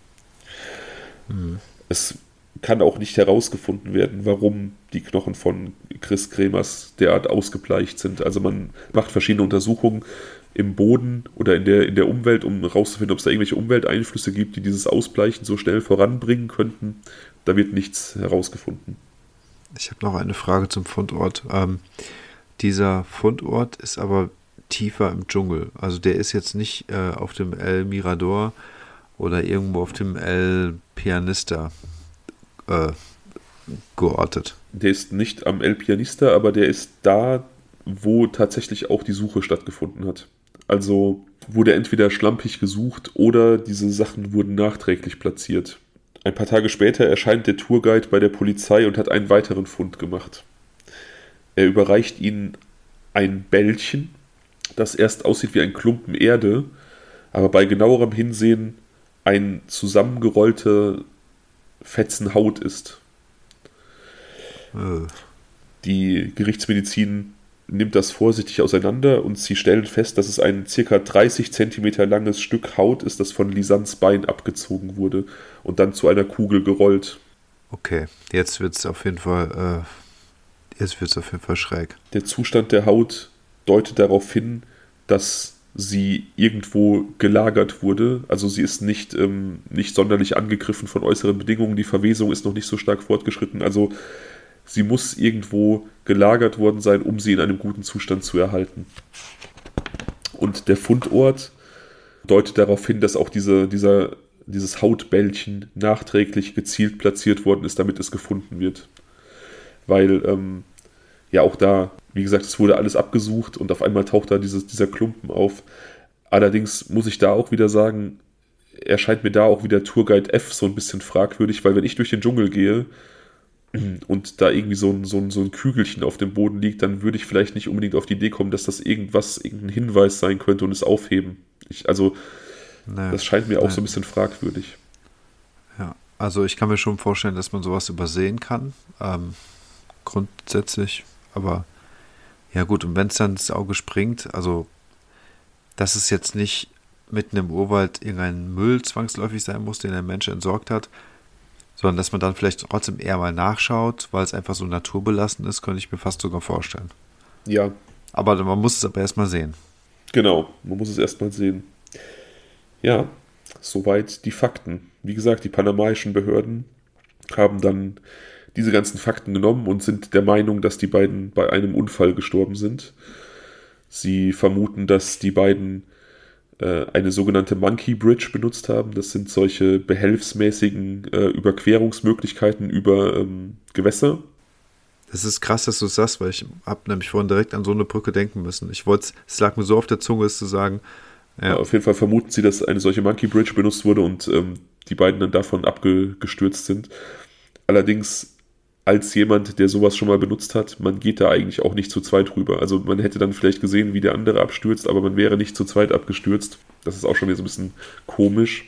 Es kann auch nicht herausgefunden werden, warum die Knochen von Chris Kremers derart ausgebleicht sind. Also man macht verschiedene Untersuchungen im Boden oder in der Umwelt, um herauszufinden, ob es da irgendwelche Umwelteinflüsse gibt, die dieses Ausbleichen so schnell voranbringen könnten. Da wird nichts herausgefunden. Ich habe noch eine Frage zum Fundort. Dieser Fundort ist aber tiefer im Dschungel. Also der ist jetzt nicht auf dem El Mirador oder irgendwo auf dem El Pianista geortet? Der ist nicht am El Pianista, aber der ist da, wo tatsächlich auch die Suche stattgefunden hat. Also wurde entweder schlampig gesucht oder diese Sachen wurden nachträglich platziert. Ein paar Tage später erscheint der Tourguide bei der Polizei und hat einen weiteren Fund gemacht. Er überreicht ihnen ein Bällchen, das erst aussieht wie ein Klumpen Erde, aber bei genauerem Hinsehen ein zusammengerollter Fetzen Haut ist. Die Gerichtsmedizin nimmt das vorsichtig auseinander und sie stellen fest, dass es ein ca. 30 cm langes Stück Haut ist, das von Lisannes Bein abgezogen wurde und dann zu einer Kugel gerollt. Okay, jetzt wird es auf jeden Fall schräg. Der Zustand der Haut deutet darauf hin, dass sie irgendwo gelagert wurde. Also sie ist nicht sonderlich angegriffen von äußeren Bedingungen. Die Verwesung ist noch nicht so stark fortgeschritten. Also sie muss irgendwo gelagert worden sein, um sie in einem guten Zustand zu erhalten. Und der Fundort deutet darauf hin, dass auch dieses Hautbällchen nachträglich gezielt platziert worden ist, damit es gefunden wird. Weil auch da, wie gesagt, es wurde alles abgesucht und auf einmal taucht da dieser Klumpen auf. Allerdings muss ich da auch wieder sagen, erscheint mir da auch wieder Tourguide F so ein bisschen fragwürdig, weil wenn ich durch den Dschungel gehe und da irgendwie so ein Kügelchen auf dem Boden liegt, dann würde ich vielleicht nicht unbedingt auf die Idee kommen, dass das irgendein Hinweis sein könnte und es aufheben. Das scheint mir auch so ein bisschen fragwürdig. Ja, also ich kann mir schon vorstellen, dass man sowas übersehen kann, grundsätzlich, aber ja gut, und wenn es dann ins Auge springt, also dass es jetzt nicht mitten im Urwald irgendein Müll zwangsläufig sein muss, den der Mensch entsorgt hat, sondern dass man dann vielleicht trotzdem eher mal nachschaut, weil es einfach so naturbelassen ist, könnte ich mir fast sogar vorstellen. Ja. Aber man muss es aber erstmal sehen. Genau, man muss es erstmal sehen. Ja, soweit die Fakten. Wie gesagt, die panamaischen Behörden haben dann diese ganzen Fakten genommen und sind der Meinung, dass die beiden bei einem Unfall gestorben sind. Sie vermuten, dass die beiden eine sogenannte Monkey Bridge benutzt haben. Das sind solche behelfsmäßigen Überquerungsmöglichkeiten über Gewässer. Es ist krass, dass du es sagst, weil ich habe nämlich vorhin direkt an so eine Brücke denken müssen. Es lag mir so auf der Zunge, es zu sagen. Ja. Auf jeden Fall vermuten sie, dass eine solche Monkey Bridge benutzt wurde und die beiden dann davon abgestürzt sind. Allerdings als jemand, der sowas schon mal benutzt hat, man geht da eigentlich auch nicht zu zweit rüber. Also man hätte dann vielleicht gesehen, wie der andere abstürzt, aber man wäre nicht zu zweit abgestürzt. Das ist auch schon wieder so ein bisschen komisch.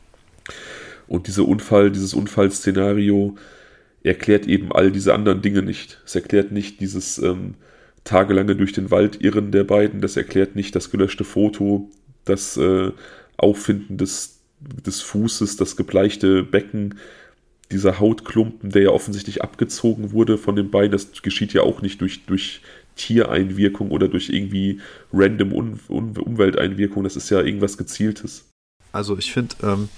Und dieses Unfallszenario erklärt eben all diese anderen Dinge nicht. Es erklärt nicht dieses tagelange durch den Wald irren der beiden. Das erklärt nicht das gelöschte Foto, das Auffinden des Fußes, das gebleichte Becken, dieser Hautklumpen, der ja offensichtlich abgezogen wurde von den Beinen. Das geschieht ja auch nicht durch Tiereinwirkung oder durch irgendwie random Umwelteinwirkung. Das ist ja irgendwas Gezieltes. Also ich finde,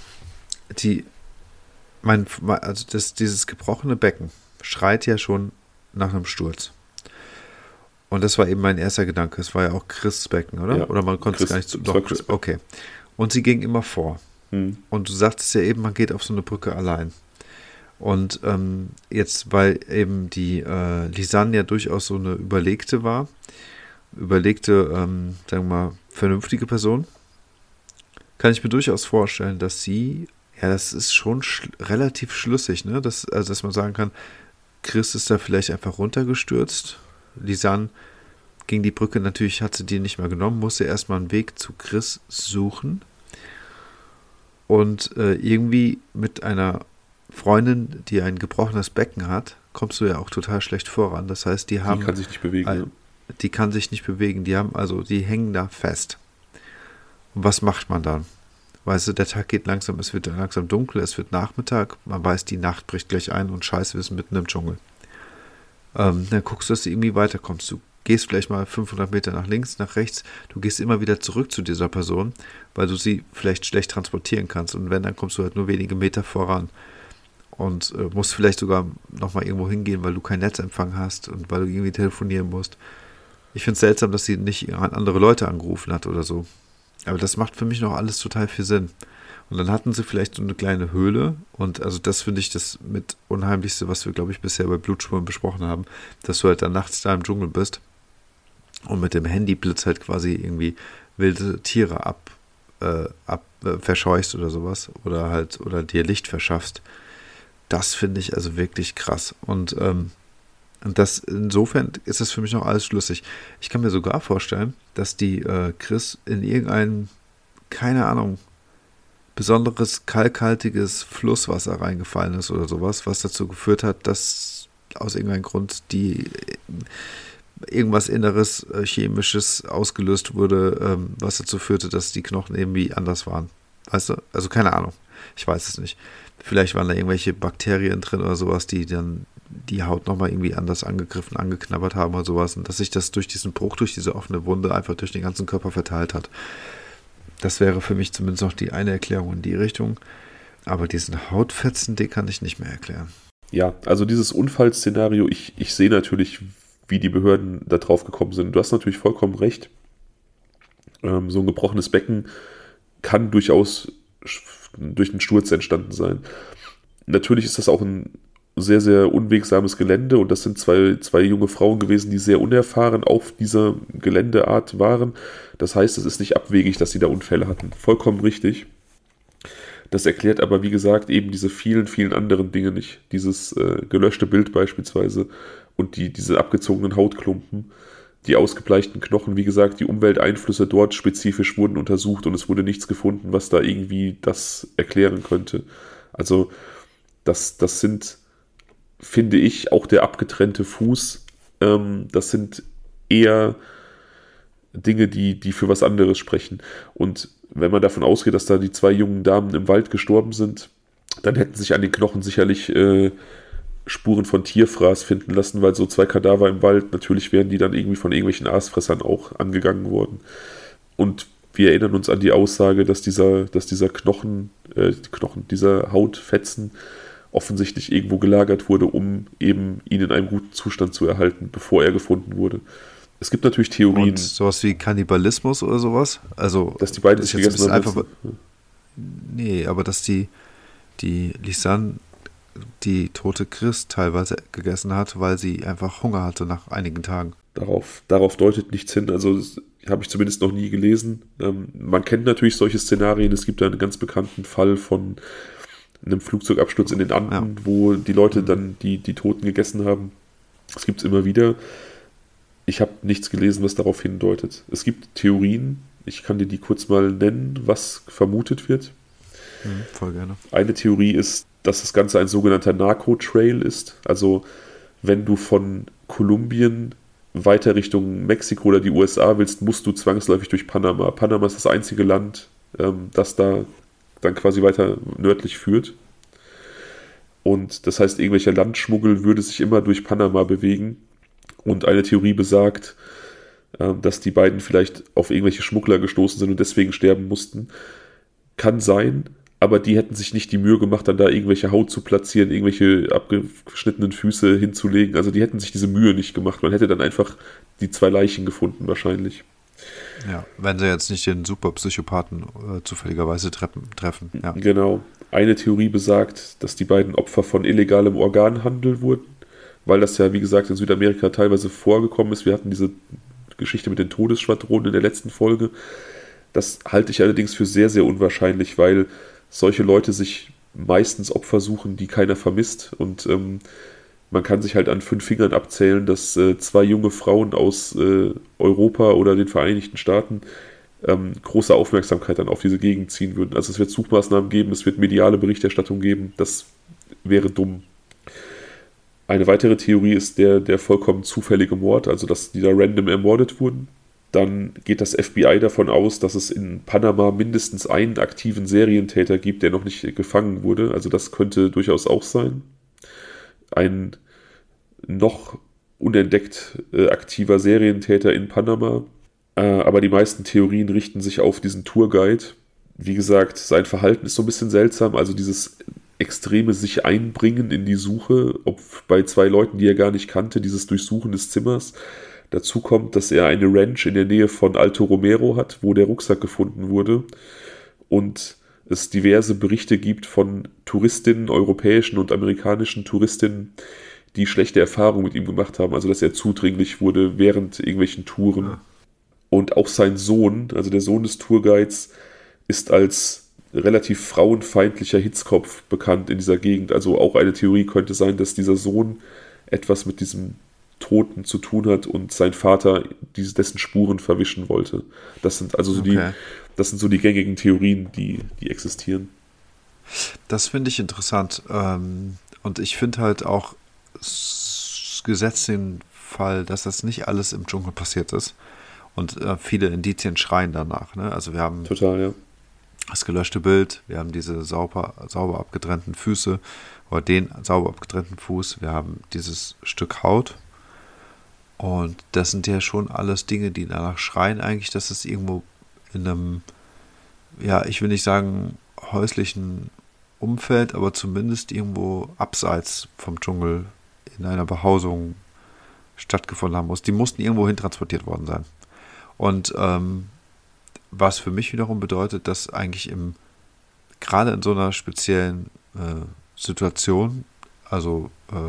dieses gebrochene Becken schreit ja schon nach einem Sturz. Und das war eben mein erster Gedanke. Es war ja auch Chris' Becken, oder? Ja, oder man konnte es gar nicht okay. Und sie ging immer vor. Und du sagtest ja eben, man geht auf so eine Brücke allein. Und jetzt, weil eben die Lisanne ja durchaus so eine überlegte, sagen wir mal, vernünftige Person, kann ich mir durchaus vorstellen, dass sie, ja, das ist schon relativ schlüssig, ne? Dass man sagen kann, Chris ist da vielleicht einfach runtergestürzt. Lisanne ging die Brücke, natürlich hat sie die nicht mehr genommen, musste erstmal einen Weg zu Chris suchen. Und irgendwie mit einer Freundin, die ein gebrochenes Becken hat, kommst du ja auch total schlecht voran. Das heißt, die kann sich nicht bewegen. Die kann sich nicht bewegen. Die hängen da fest. Und was macht man dann? Weißt du, der Tag geht langsam, es wird langsam dunkel, es wird Nachmittag, man weiß, die Nacht bricht gleich ein und scheiße, wir sind mitten im Dschungel. Dann guckst du, dass du irgendwie weiterkommst. Du gehst vielleicht mal 500 Meter nach links, nach rechts. Du gehst immer wieder zurück zu dieser Person, weil du sie vielleicht schlecht transportieren kannst. Und wenn, dann kommst du halt nur wenige Meter voran. Und musst vielleicht sogar nochmal irgendwo hingehen, weil du keinen Netzempfang hast und weil du irgendwie telefonieren musst. Ich finde es seltsam, dass sie nicht andere Leute angerufen hat oder so. Aber das macht für mich noch alles total viel Sinn. Und dann hatten sie vielleicht so eine kleine Höhle. Und also das finde ich das mit Unheimlichste, was wir, glaube ich, bisher bei Blutspuren besprochen haben, dass du halt dann nachts da im Dschungel bist und mit dem Handyblitz halt quasi irgendwie wilde Tiere verscheuchst oder sowas. Oder dir Licht verschaffst. Das finde ich also wirklich krass. Und das, insofern ist das für mich noch alles schlüssig. Ich kann mir sogar vorstellen, dass die Chris in irgendein, keine Ahnung, besonderes kalkhaltiges Flusswasser reingefallen ist oder sowas, was dazu geführt hat, dass aus irgendeinem Grund irgendwas Inneres, Chemisches ausgelöst wurde, was dazu führte, dass die Knochen irgendwie anders waren. Weißt du? Also keine Ahnung. Ich weiß es nicht. Vielleicht waren da irgendwelche Bakterien drin oder sowas, die dann die Haut nochmal irgendwie anders angegriffen, angeknabbert haben oder sowas. Und dass sich das durch diesen Bruch, durch diese offene Wunde einfach durch den ganzen Körper verteilt hat. Das wäre für mich zumindest noch die eine Erklärung in die Richtung. Aber diesen Hautfetzen, den kann ich nicht mehr erklären. Ja, also dieses Unfallszenario, ich sehe natürlich, wie die Behörden da drauf gekommen sind. Du hast natürlich vollkommen recht. So ein gebrochenes Becken kann durchaus durch einen Sturz entstanden sein. Natürlich ist das auch ein sehr, sehr unwegsames Gelände und das sind zwei junge Frauen gewesen, die sehr unerfahren auf dieser Geländeart waren. Das heißt, es ist nicht abwegig, dass sie da Unfälle hatten. Vollkommen richtig. Das erklärt aber, wie gesagt, eben diese vielen, vielen anderen Dinge nicht. Dieses gelöschte Bild beispielsweise und diese abgezogenen Hautklumpen, die ausgebleichten Knochen, wie gesagt, die Umwelteinflüsse dort spezifisch wurden untersucht und es wurde nichts gefunden, was da irgendwie das erklären könnte. Also das sind, finde ich, auch der abgetrennte Fuß, das sind eher Dinge, die für was anderes sprechen. Und wenn man davon ausgeht, dass da die zwei jungen Damen im Wald gestorben sind, dann hätten sich an den Knochen sicherlich Spuren von Tierfraß finden lassen, weil so zwei Kadaver im Wald, natürlich wären die dann irgendwie von irgendwelchen Aasfressern auch angegangen worden. Und wir erinnern uns an die Aussage, dass dieser dieser Hautfetzen offensichtlich irgendwo gelagert wurde, um eben ihn in einem guten Zustand zu erhalten, bevor er gefunden wurde. Es gibt natürlich Theorien. Und sowas wie Kannibalismus oder sowas? Also, dass die beiden sich gegessen haben. Nee, aber dass die Lisanne die tote Chris teilweise gegessen hat, weil sie einfach Hunger hatte nach einigen Tagen. Darauf deutet nichts hin. Also das habe ich zumindest noch nie gelesen. Man kennt natürlich solche Szenarien. Es gibt da einen ganz bekannten Fall von einem Flugzeugabsturz in den Anden, wo die Leute dann die Toten gegessen haben. Das gibt es immer wieder. Ich habe nichts gelesen, was darauf hindeutet. Es gibt Theorien. Ich kann dir die kurz mal nennen, was vermutet wird. Voll gerne. Eine Theorie ist, dass das Ganze ein sogenannter Narco-Trail ist. Also wenn du von Kolumbien weiter Richtung Mexiko oder die USA willst, musst du zwangsläufig durch Panama. Panama ist das einzige Land, das da dann quasi weiter nördlich führt. Und das heißt, irgendwelcher Landschmuggel würde sich immer durch Panama bewegen. Und eine Theorie besagt, dass die beiden vielleicht auf irgendwelche Schmuggler gestoßen sind und deswegen sterben mussten. Kann sein, aber die hätten sich nicht die Mühe gemacht, dann da irgendwelche Haut zu platzieren, irgendwelche abgeschnittenen Füße hinzulegen. Also die hätten sich diese Mühe nicht gemacht. Man hätte dann einfach die zwei Leichen gefunden wahrscheinlich. Ja, wenn sie jetzt nicht den Superpsychopathen zufälligerweise treffen. Ja. Genau. Eine Theorie besagt, dass die beiden Opfer von illegalem Organhandel wurden, weil das ja, wie gesagt, in Südamerika teilweise vorgekommen ist. Wir hatten diese Geschichte mit den Todesschwadronen in der letzten Folge. Das halte ich allerdings für sehr, sehr unwahrscheinlich, weil solche Leute sich meistens Opfer suchen, die keiner vermisst. Und man kann sich halt an 5 Fingern abzählen, dass 2 junge Frauen aus Europa oder den Vereinigten Staaten große Aufmerksamkeit dann auf diese Gegend ziehen würden. Also es wird Suchmaßnahmen geben, es wird mediale Berichterstattung geben. Das wäre dumm. Eine weitere Theorie ist der vollkommen zufällige Mord, also dass die da random ermordet wurden. Dann geht das FBI davon aus, dass es in Panama mindestens einen aktiven Serientäter gibt, der noch nicht gefangen wurde. Also das könnte durchaus auch sein. Ein noch unentdeckt aktiver Serientäter in Panama. Aber die meisten Theorien richten sich auf diesen Tourguide. Wie gesagt, sein Verhalten ist so ein bisschen seltsam. Also dieses extreme sich einbringen in die Suche, ob bei 2 Leuten, die er gar nicht kannte, dieses Durchsuchen des Zimmers. Dazu kommt, dass er eine Ranch in der Nähe von Alto Romero hat, wo der Rucksack gefunden wurde. Und es diverse Berichte gibt von Touristinnen, europäischen und amerikanischen Touristinnen, die schlechte Erfahrungen mit ihm gemacht haben. Also dass er zudringlich wurde während irgendwelchen Touren. Ja. Und auch sein Sohn, also der Sohn des Tourguides, ist als relativ frauenfeindlicher Hitzkopf bekannt in dieser Gegend. Also auch eine Theorie könnte sein, dass dieser Sohn etwas mit diesem Toten zu tun hat und sein Vater dessen Spuren verwischen wollte. Das sind also so das sind so die gängigen Theorien, die existieren. Das finde ich interessant. Und ich finde halt auch gesetzt den Fall, dass das nicht alles im Dschungel passiert ist. Und viele Indizien schreien danach. Ne? Also wir haben das gelöschte Bild, wir haben diese sauber abgetrennten Füße oder den sauber abgetrennten Fuß, wir haben dieses Stück Haut. Und das sind ja schon alles Dinge, die danach schreien eigentlich, dass es irgendwo in einem, ja, ich will nicht sagen häuslichen Umfeld, aber zumindest irgendwo abseits vom Dschungel in einer Behausung stattgefunden haben muss. Die mussten irgendwo hin transportiert worden sein. Und was für mich wiederum bedeutet, dass eigentlich gerade in so einer speziellen Situation, also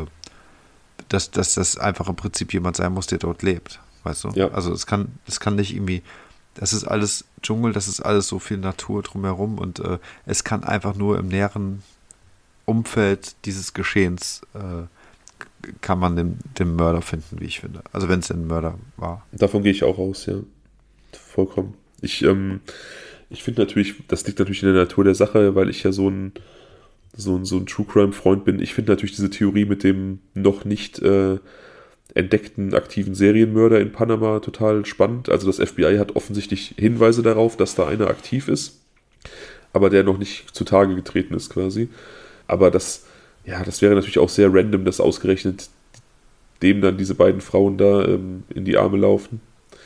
dass das einfach im Prinzip jemand sein muss, der dort lebt, weißt du? Ja. Also es kann nicht irgendwie, das ist alles Dschungel, das ist alles so viel Natur drumherum und es kann einfach nur im näheren Umfeld dieses Geschehens kann man den Mörder finden, wie ich finde. Also wenn es ein Mörder war. Davon gehe ich auch aus, ja. Vollkommen. Ich finde natürlich, das liegt natürlich in der Natur der Sache, weil ich ja so ein True Crime Freund bin. Ich finde natürlich diese Theorie mit dem noch nicht entdeckten aktiven Serienmörder in Panama total spannend. Also das FBI hat offensichtlich Hinweise darauf, dass da einer aktiv ist, aber der noch nicht zutage getreten ist quasi. Aber das wäre natürlich auch sehr random, dass ausgerechnet dem dann diese beiden Frauen da in die Arme laufen.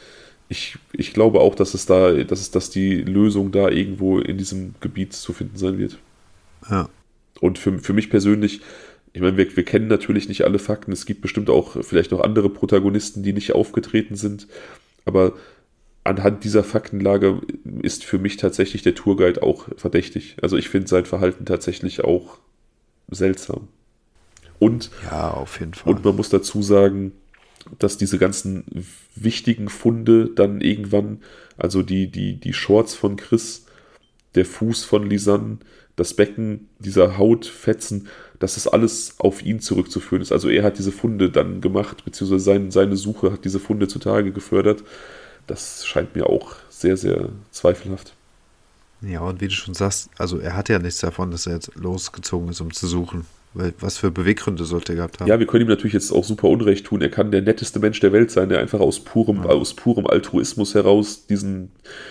Ich glaube auch, dass die Lösung da irgendwo in diesem Gebiet zu finden sein wird. Ja. Und für mich persönlich, ich meine, wir kennen natürlich nicht alle Fakten. Es gibt bestimmt auch vielleicht noch andere Protagonisten, die nicht aufgetreten sind. Aber anhand dieser Faktenlage ist für mich tatsächlich der Tourguide auch verdächtig. Also ich finde sein Verhalten tatsächlich auch seltsam. Und, ja, auf jeden Fall. Und man muss dazu sagen, dass diese ganzen wichtigen Funde dann irgendwann, also die Shorts von Chris, der Fuß von Lisanne, das Becken, dieser Hautfetzen, dass das alles auf ihn zurückzuführen ist. Also er hat diese Funde dann gemacht, beziehungsweise seine Suche hat diese Funde zutage gefördert. Das scheint mir auch sehr, sehr zweifelhaft. Ja, und wie du schon sagst, also er hat ja nichts davon, dass er jetzt losgezogen ist, um zu suchen. Weil was für Beweggründe sollte er gehabt haben? Ja, wir können ihm natürlich jetzt auch super Unrecht tun. Er kann der netteste Mensch der Welt sein, der einfach aus purem Altruismus heraus diese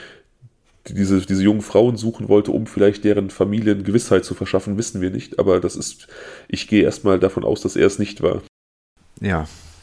jungen Frauen suchen wollte, um vielleicht deren Familien Gewissheit zu verschaffen, wissen wir nicht. Aber ich gehe erstmal davon aus, dass er es nicht war. Ja,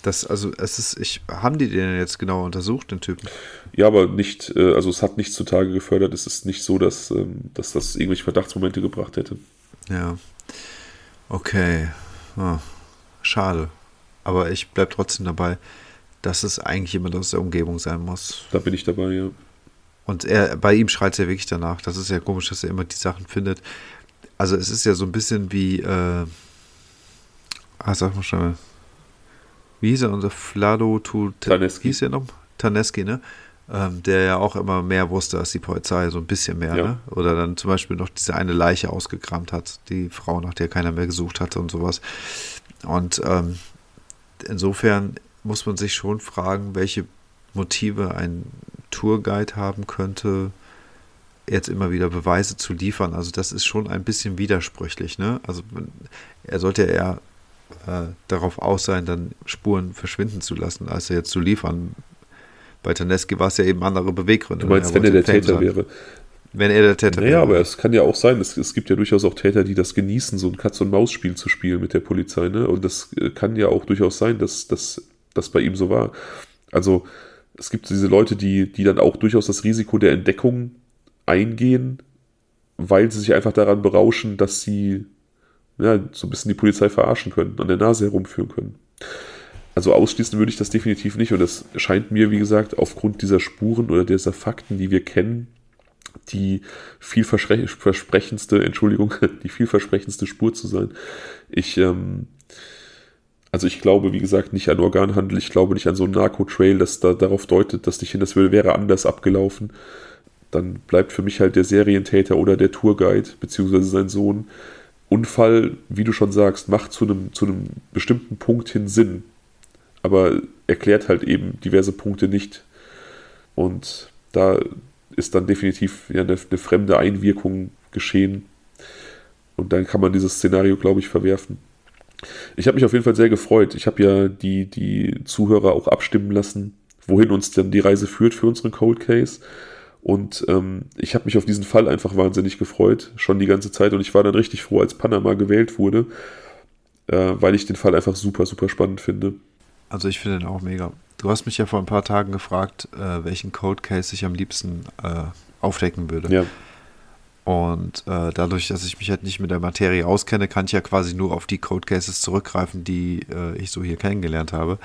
haben die den jetzt genau untersucht, den Typen? Ja, aber nicht, also es hat nichts zutage gefördert. Es ist nicht so, dass das irgendwelche Verdachtsmomente gebracht hätte. Ja. Okay. Schade. Aber ich bleibe trotzdem dabei, dass es eigentlich jemand aus der Umgebung sein muss. Da bin ich dabei, ja. Und bei ihm schreit es ja wirklich danach. Das ist ja komisch, dass er immer die Sachen findet. Also es ist ja so ein bisschen wie, sag mal schon, wie hieß er, unser Vlado Taneski. Hieß er noch? Taneski, ne? Der ja auch immer mehr wusste als die Polizei, so ein bisschen mehr, ja. Ne? Oder dann zum Beispiel noch diese eine Leiche ausgekramt hat, die Frau, nach der keiner mehr gesucht hatte und sowas. Und insofern muss man sich schon fragen, welche Motive ein Tourguide haben könnte, jetzt immer wieder Beweise zu liefern. Also das ist schon ein bisschen widersprüchlich, ne? Also er sollte eher darauf aus sein, dann Spuren verschwinden zu lassen, als er jetzt zu liefern. Bei Taneski war es ja eben andere Beweggründe. Du meinst, wenn er der Täter wäre? Wenn er der Täter wäre. Naja, aber es kann ja auch sein, es gibt ja durchaus auch Täter, die das genießen, so ein Katz-und-Maus-Spiel zu spielen mit der Polizei, ne? Und das kann ja auch durchaus sein, dass das bei ihm so war. Also es gibt diese Leute, die dann auch durchaus das Risiko der Entdeckung eingehen, weil sie sich einfach daran berauschen, dass sie so ein bisschen die Polizei verarschen können, an der Nase herumführen können. Also ausschließen würde ich das definitiv nicht und es scheint mir, wie gesagt, aufgrund dieser Spuren oder dieser Fakten, die wir kennen, die die vielversprechendste Spur zu sein. Also ich glaube, wie gesagt, nicht an Organhandel, ich glaube nicht an so einen Narco-Trail, das da darauf deutet, dass das wäre anders abgelaufen. Dann bleibt für mich halt der Serientäter oder der Tourguide, beziehungsweise sein Sohn. Unfall, wie du schon sagst, macht zu einem bestimmten Punkt hin Sinn, aber erklärt halt eben diverse Punkte nicht. Und da ist dann definitiv ja eine fremde Einwirkung geschehen. Und dann kann man dieses Szenario, glaube ich, verwerfen. Ich habe mich auf jeden Fall sehr gefreut. Ich habe ja die Zuhörer auch abstimmen lassen, wohin uns dann die Reise führt für unseren Cold Case. Und ich habe mich auf diesen Fall einfach wahnsinnig gefreut, schon die ganze Zeit. Und ich war dann richtig froh, als Panama gewählt wurde, weil ich den Fall einfach super, super spannend finde. Also ich finde den auch mega. Du hast mich ja vor ein paar Tagen gefragt, welchen Cold Case ich am liebsten aufdecken würde. Ja. Und dadurch, dass ich mich halt nicht mit der Materie auskenne, kann ich ja quasi nur auf die Code Cases zurückgreifen, die ich so hier kennengelernt habe.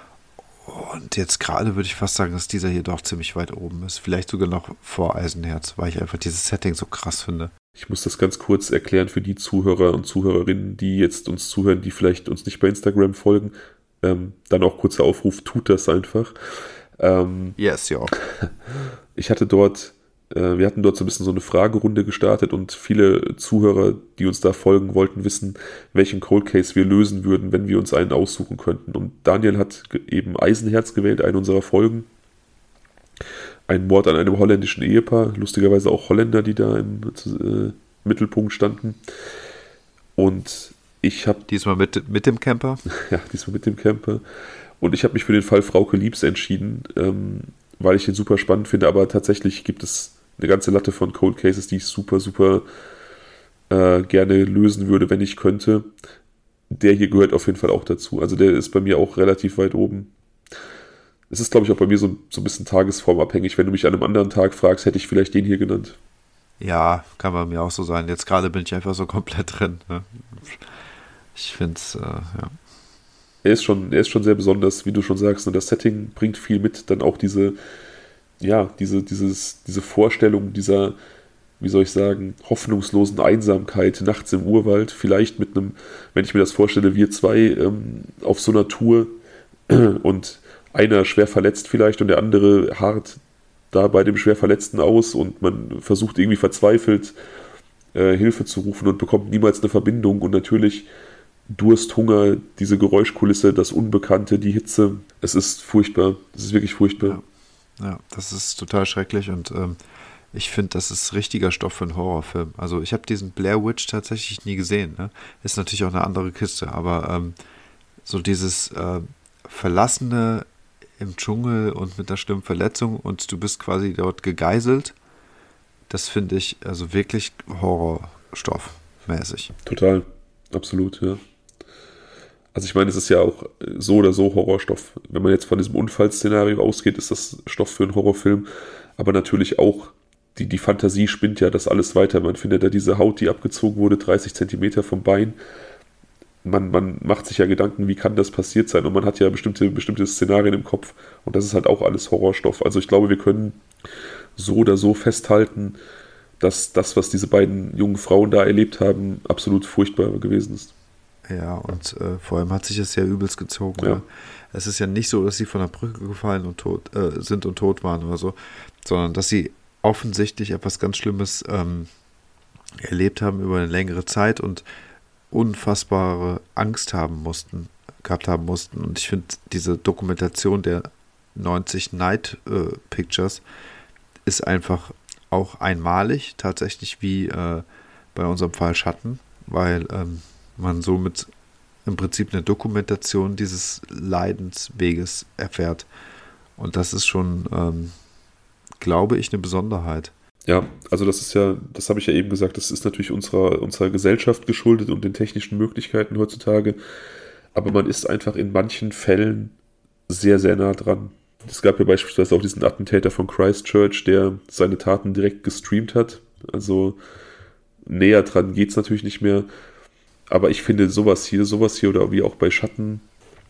Und jetzt gerade würde ich fast sagen, dass dieser hier doch ziemlich weit oben ist. Vielleicht sogar noch vor Eisenherz, weil ich einfach dieses Setting so krass finde. Ich muss das ganz kurz erklären für die Zuhörer und Zuhörerinnen, die jetzt uns zuhören, die vielleicht uns nicht bei Instagram folgen. Dann auch kurzer Aufruf, tut das einfach. Yes, ja. Wir hatten dort so ein bisschen so eine Fragerunde gestartet und viele Zuhörer, die uns da folgen, wollten wissen, welchen Cold Case wir lösen würden, wenn wir uns einen aussuchen könnten. Und Daniel hat eben Eisenherz gewählt, eine unserer Folgen. Ein Mord an einem holländischen Ehepaar, lustigerweise auch Holländer, die da im Mittelpunkt standen. Und ich habe... Diesmal mit dem Camper? Ja, diesmal mit dem Camper. Und ich habe mich für den Fall Frauke Liebs entschieden, weil ich den super spannend finde, aber tatsächlich gibt es eine ganze Latte von Cold Cases, die ich super, super gerne lösen würde, wenn ich könnte. Der hier gehört auf jeden Fall auch dazu. Also der ist bei mir auch relativ weit oben. Es ist, glaube ich, auch bei mir so ein bisschen tagesformabhängig. Wenn du mich an einem anderen Tag fragst, hätte ich vielleicht den hier genannt. Ja, kann bei mir auch so sein. Jetzt gerade bin ich einfach so komplett drin. Ne? Ich finde es, ja. Er ist schon sehr besonders, wie du schon sagst. Und das Setting bringt viel mit. Dann auch diese Vorstellung dieser, wie soll ich sagen, hoffnungslosen Einsamkeit nachts im Urwald. Vielleicht mit einem, wenn ich mir das vorstelle, wir zwei auf so einer Tour und einer schwer verletzt vielleicht und der andere hart da bei dem schwer Verletzten aus und man versucht irgendwie verzweifelt Hilfe zu rufen und bekommt niemals eine Verbindung und natürlich Durst, Hunger, diese Geräuschkulisse, das Unbekannte, die Hitze. Es ist furchtbar. Es ist wirklich furchtbar. Ja, das ist total schrecklich und ich finde, das ist richtiger Stoff für einen Horrorfilm. Also ich habe diesen Blair Witch tatsächlich nie gesehen. Ne? Ist natürlich auch eine andere Kiste, aber so dieses Verlassene im Dschungel und mit einer schlimmen Verletzung und du bist quasi dort gegeißelt, das finde ich also wirklich Horrorstoffmäßig. Total, absolut, ja. Also ich meine, es ist ja auch so oder so Horrorstoff. Wenn man jetzt von diesem Unfallszenario ausgeht, ist das Stoff für einen Horrorfilm. Aber natürlich auch, die Fantasie spinnt ja das alles weiter. Man findet da diese Haut, die abgezogen wurde, 30 Zentimeter vom Bein. Man macht sich ja Gedanken, wie kann das passiert sein? Und man hat ja bestimmte Szenarien im Kopf. Und das ist halt auch alles Horrorstoff. Also ich glaube, wir können so oder so festhalten, dass das, was diese beiden jungen Frauen da erlebt haben, absolut furchtbar gewesen ist. Ja, und vor allem hat sich das ja übelst gezogen. Ja. Ne? Es ist ja nicht so, dass sie von der Brücke gefallen und tot sind und tot waren oder so, sondern dass sie offensichtlich etwas ganz Schlimmes erlebt haben über eine längere Zeit und unfassbare Angst gehabt haben mussten. Und ich finde, diese Dokumentation der 90 Night Pictures ist einfach auch einmalig, tatsächlich wie bei unserem Fall Schatten, weil man somit im Prinzip eine Dokumentation dieses Leidensweges erfährt. Und das ist schon, glaube ich, eine Besonderheit. Ja, also das habe ich ja eben gesagt, das ist natürlich unserer Gesellschaft geschuldet und den technischen Möglichkeiten heutzutage. Aber man ist einfach in manchen Fällen sehr, sehr nah dran. Es gab ja beispielsweise auch diesen Attentäter von Christchurch, der seine Taten direkt gestreamt hat. Also näher dran geht es natürlich nicht mehr. Aber ich finde sowas hier oder wie auch bei Schatten,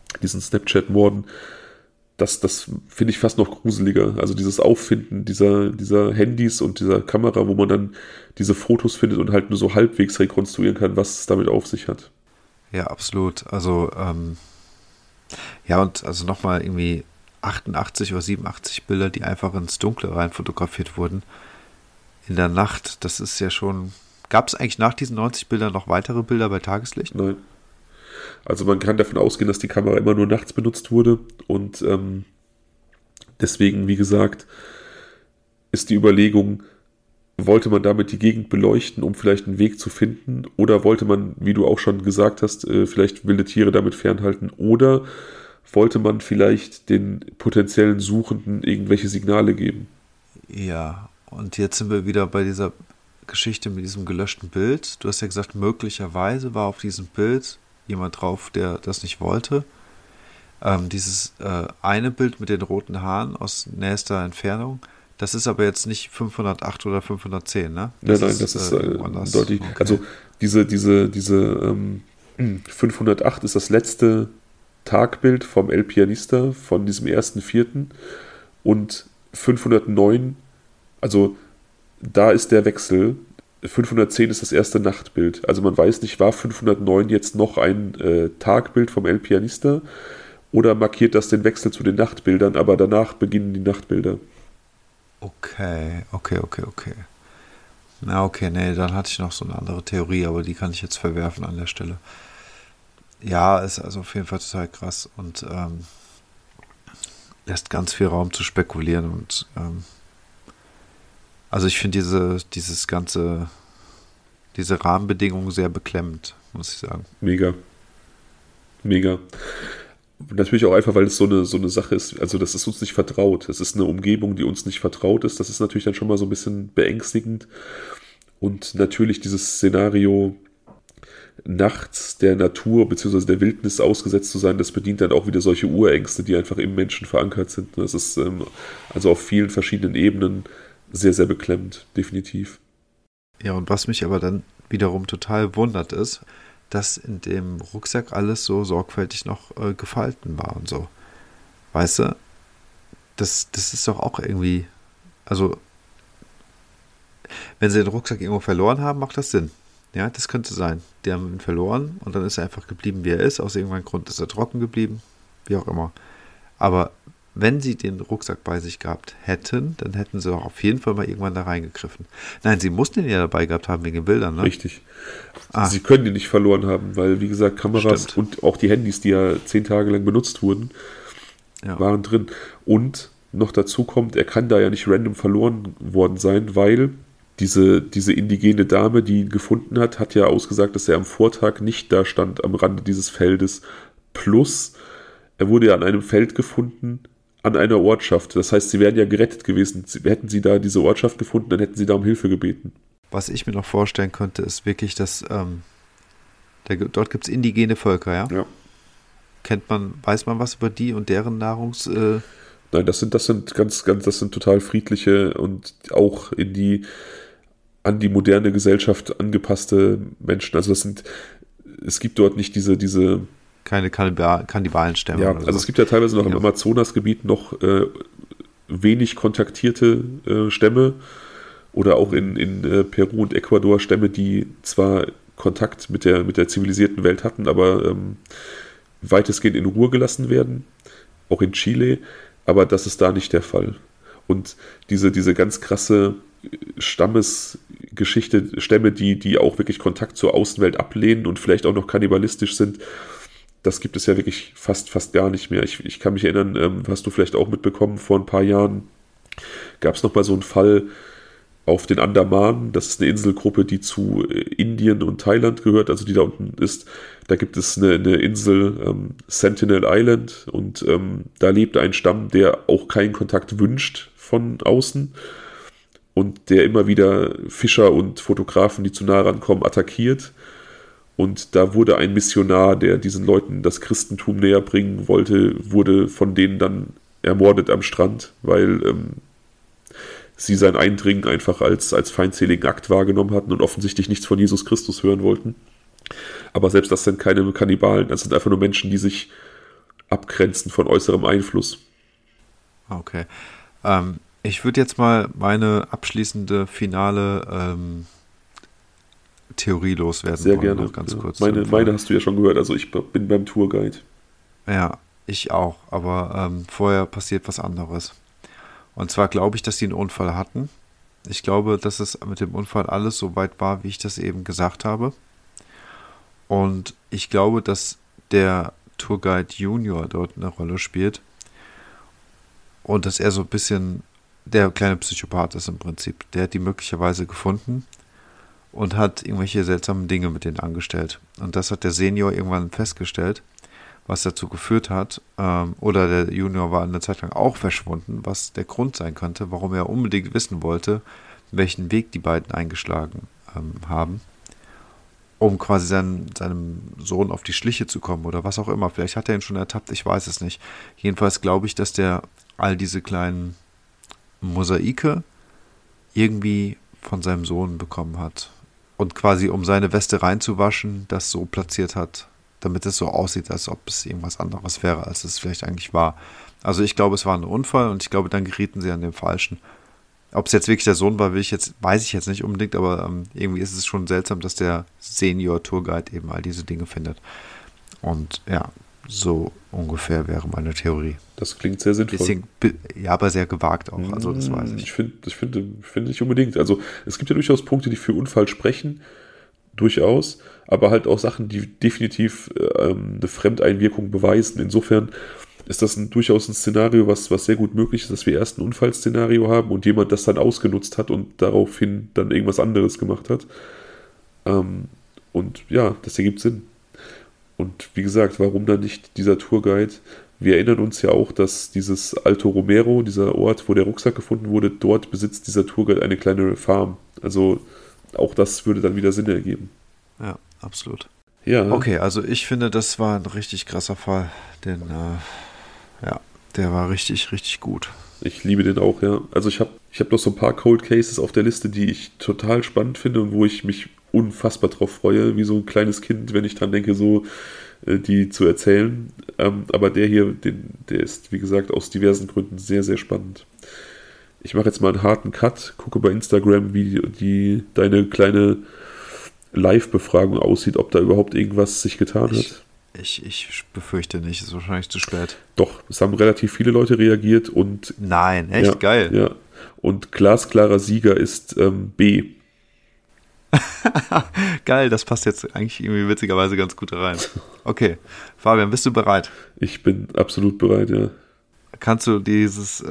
diesen Snapchat-Morden, das finde ich fast noch gruseliger. Also dieses Auffinden dieser Handys und dieser Kamera, wo man dann diese Fotos findet und halt nur so halbwegs rekonstruieren kann, was es damit auf sich hat. Ja, absolut. Also, ja, und also nochmal irgendwie 88 oder 87 Bilder, die einfach ins Dunkle rein fotografiert wurden. In der Nacht, das ist ja schon. Gab es eigentlich nach diesen 90 Bildern noch weitere Bilder bei Tageslicht? Nein. Also man kann davon ausgehen, dass die Kamera immer nur nachts benutzt wurde und deswegen, wie gesagt, ist die Überlegung, wollte man damit die Gegend beleuchten, um vielleicht einen Weg zu finden, oder wollte man, wie du auch schon gesagt hast, vielleicht wilde Tiere damit fernhalten, oder wollte man vielleicht den potenziellen Suchenden irgendwelche Signale geben? Ja, und jetzt sind wir wieder bei dieser Geschichte mit diesem gelöschten Bild. Du hast ja gesagt, möglicherweise war auf diesem Bild jemand drauf, der das nicht wollte. Dieses eine Bild mit den roten Haaren aus nächster Entfernung, das ist aber jetzt nicht 508 oder 510, ne? Das das ist deutlich. Okay. Also diese 508 ist das letzte Tagbild vom El Pianista von diesem 1.4. und 509, also da ist der Wechsel. 510 ist das erste Nachtbild. Also man weiß nicht, war 509 jetzt noch ein Tagbild vom El Pianista oder markiert das den Wechsel zu den Nachtbildern, aber danach beginnen die Nachtbilder. Okay. Na okay, nee, dann hatte ich noch so eine andere Theorie, aber die kann ich jetzt verwerfen an der Stelle. Ja, ist also auf jeden Fall total krass und lässt ganz viel Raum zu spekulieren und also ich finde diese Rahmenbedingungen sehr beklemmend, muss ich sagen. Mega. Und natürlich auch einfach, weil es so eine Sache ist, also das ist uns nicht vertraut. Es ist eine Umgebung, die uns nicht vertraut ist. Das ist natürlich dann schon mal so ein bisschen beängstigend. Und natürlich dieses Szenario, nachts der Natur bzw. der Wildnis ausgesetzt zu sein, das bedient dann auch wieder solche Urängste, die einfach im Menschen verankert sind. Das ist also auf vielen verschiedenen Ebenen sehr, sehr beklemmend, definitiv. Ja, und was mich aber dann wiederum total wundert ist, dass in dem Rucksack alles so sorgfältig noch gefalten war und so. Weißt du, das ist doch auch irgendwie, also wenn sie den Rucksack irgendwo verloren haben, macht das Sinn. Ja, das könnte sein. Die haben ihn verloren und dann ist er einfach geblieben, wie er ist. Aus irgendeinem Grund ist er trocken geblieben, wie auch immer. Aber wenn sie den Rucksack bei sich gehabt hätten, dann hätten sie auch auf jeden Fall mal irgendwann da reingegriffen. Nein, sie mussten ihn ja dabei gehabt haben wegen den Bildern, ne? Richtig. Sie können ihn nicht verloren haben, weil, wie gesagt, Kameras und auch die Handys, die ja 10 Tage lang benutzt wurden, waren drin. Und noch dazu kommt, er kann da ja nicht random verloren worden sein, weil diese indigene Dame, die ihn gefunden hat, hat ja ausgesagt, dass er am Vortag nicht da stand am Rande dieses Feldes. Plus, er wurde ja an einem Feld gefunden, an einer Ortschaft. Das heißt, sie wären ja gerettet gewesen. Hätten sie da diese Ortschaft gefunden, dann hätten sie da um Hilfe gebeten. Was ich mir noch vorstellen könnte, ist wirklich, dass dort gibt es indigene Völker, ja? Ja. Weiß man was über die und deren Nahrungs... Nein, das sind total friedliche und auch an die moderne Gesellschaft angepasste Menschen. Also es gibt dort nicht diese keine Kannibalenstämme. Ja, oder so. Also es gibt ja teilweise noch im Amazonasgebiet noch wenig kontaktierte Stämme oder auch in Peru und Ecuador Stämme, die zwar Kontakt mit der zivilisierten Welt hatten, aber weitestgehend in Ruhe gelassen werden, auch in Chile, aber das ist da nicht der Fall. Und diese ganz krasse Stammesgeschichte, Stämme, die auch wirklich Kontakt zur Außenwelt ablehnen und vielleicht auch noch kannibalistisch sind, das gibt es ja wirklich fast gar nicht mehr. Ich kann mich erinnern, hast du vielleicht auch mitbekommen, vor ein paar Jahren gab es noch mal so einen Fall auf den Andamanen. Das ist eine Inselgruppe, die zu Indien und Thailand gehört, also die da unten ist. Da gibt es eine Insel, Sentinel Island, und da lebt ein Stamm, der auch keinen Kontakt wünscht von außen und der immer wieder Fischer und Fotografen, die zu nah rankommen, attackiert. Und da wurde ein Missionar, der diesen Leuten das Christentum näher bringen wollte, wurde von denen dann ermordet am Strand, weil sie sein Eindringen einfach als feindseligen Akt wahrgenommen hatten und offensichtlich nichts von Jesus Christus hören wollten. Aber selbst das sind keine Kannibalen, das sind einfach nur Menschen, die sich abgrenzen von äußerem Einfluss. Okay. Ich würde jetzt mal meine abschließende finale Theorie loswerden. Sehr gerne. Noch ganz kurz. Meine hast du ja schon gehört, also ich bin beim Tourguide. Ja, ich auch, aber vorher passiert was anderes. Und zwar glaube ich, dass die einen Unfall hatten. Ich glaube, dass es mit dem Unfall alles so weit war, wie ich das eben gesagt habe. Und ich glaube, dass der Tourguide Junior dort eine Rolle spielt. Und dass er so ein bisschen der kleine Psychopath ist im Prinzip. Der hat die möglicherweise gefunden und hat irgendwelche seltsamen Dinge mit denen angestellt. Und das hat der Senior irgendwann festgestellt, was dazu geführt hat, oder der Junior war eine Zeit lang auch verschwunden, was der Grund sein könnte, warum er unbedingt wissen wollte, welchen Weg die beiden eingeschlagen haben, um quasi seinem Sohn auf die Schliche zu kommen oder was auch immer. Vielleicht hat er ihn schon ertappt, ich weiß es nicht. Jedenfalls glaube ich, dass der all diese kleinen Mosaike irgendwie von seinem Sohn bekommen hat und quasi, um seine Weste reinzuwaschen, das so platziert hat, damit es so aussieht, als ob es irgendwas anderes wäre, als es vielleicht eigentlich war. Also ich glaube, es war ein Unfall und ich glaube, dann gerieten sie an den Falschen. Ob es jetzt wirklich der Sohn war, weiß ich jetzt nicht unbedingt, aber irgendwie ist es schon seltsam, dass der Senior-Tourguide eben all diese Dinge findet. Und ja, so ungefähr wäre meine Theorie. Das klingt sehr sinnvoll. Bisschen, ja, aber sehr gewagt auch, also das weiß ich. Ich finde nicht unbedingt. Also es gibt ja durchaus Punkte, die für Unfall sprechen, durchaus, aber halt auch Sachen, die definitiv eine Fremdeinwirkung beweisen. Insofern ist das durchaus ein Szenario, was sehr gut möglich ist, dass wir erst ein Unfallszenario haben und jemand das dann ausgenutzt hat und daraufhin dann irgendwas anderes gemacht hat. Und ja, das ergibt Sinn. Und wie gesagt, warum dann nicht dieser Tourguide? Wir erinnern uns ja auch, dass dieses Alto Romero, dieser Ort, wo der Rucksack gefunden wurde, dort besitzt dieser Tourguide eine kleine Farm. Also auch das würde dann wieder Sinn ergeben. Ja, absolut. Ja. Okay, also ich finde, das war ein richtig krasser Fall, denn der war richtig, richtig gut. Ich liebe den auch, ja. Also ich hab noch so ein paar Cold Cases auf der Liste, die ich total spannend finde und wo ich mich unfassbar drauf freue, wie so ein kleines Kind, wenn ich dran denke, so die zu erzählen. Aber der hier, der ist, wie gesagt, aus diversen Gründen sehr, sehr spannend. Ich mache jetzt mal einen harten Cut, gucke bei Instagram, wie deine kleine Live-Befragung aussieht, ob da überhaupt irgendwas sich getan hat. Ich befürchte nicht, ist wahrscheinlich zu spät. Doch, es haben relativ viele Leute reagiert und... Nein, echt? Ja, geil. Ja, und glasklarer Sieger ist B. Geil, das passt jetzt eigentlich irgendwie witzigerweise ganz gut rein. Okay, Fabian, bist du bereit? Ich bin absolut bereit, ja. Kannst du dieses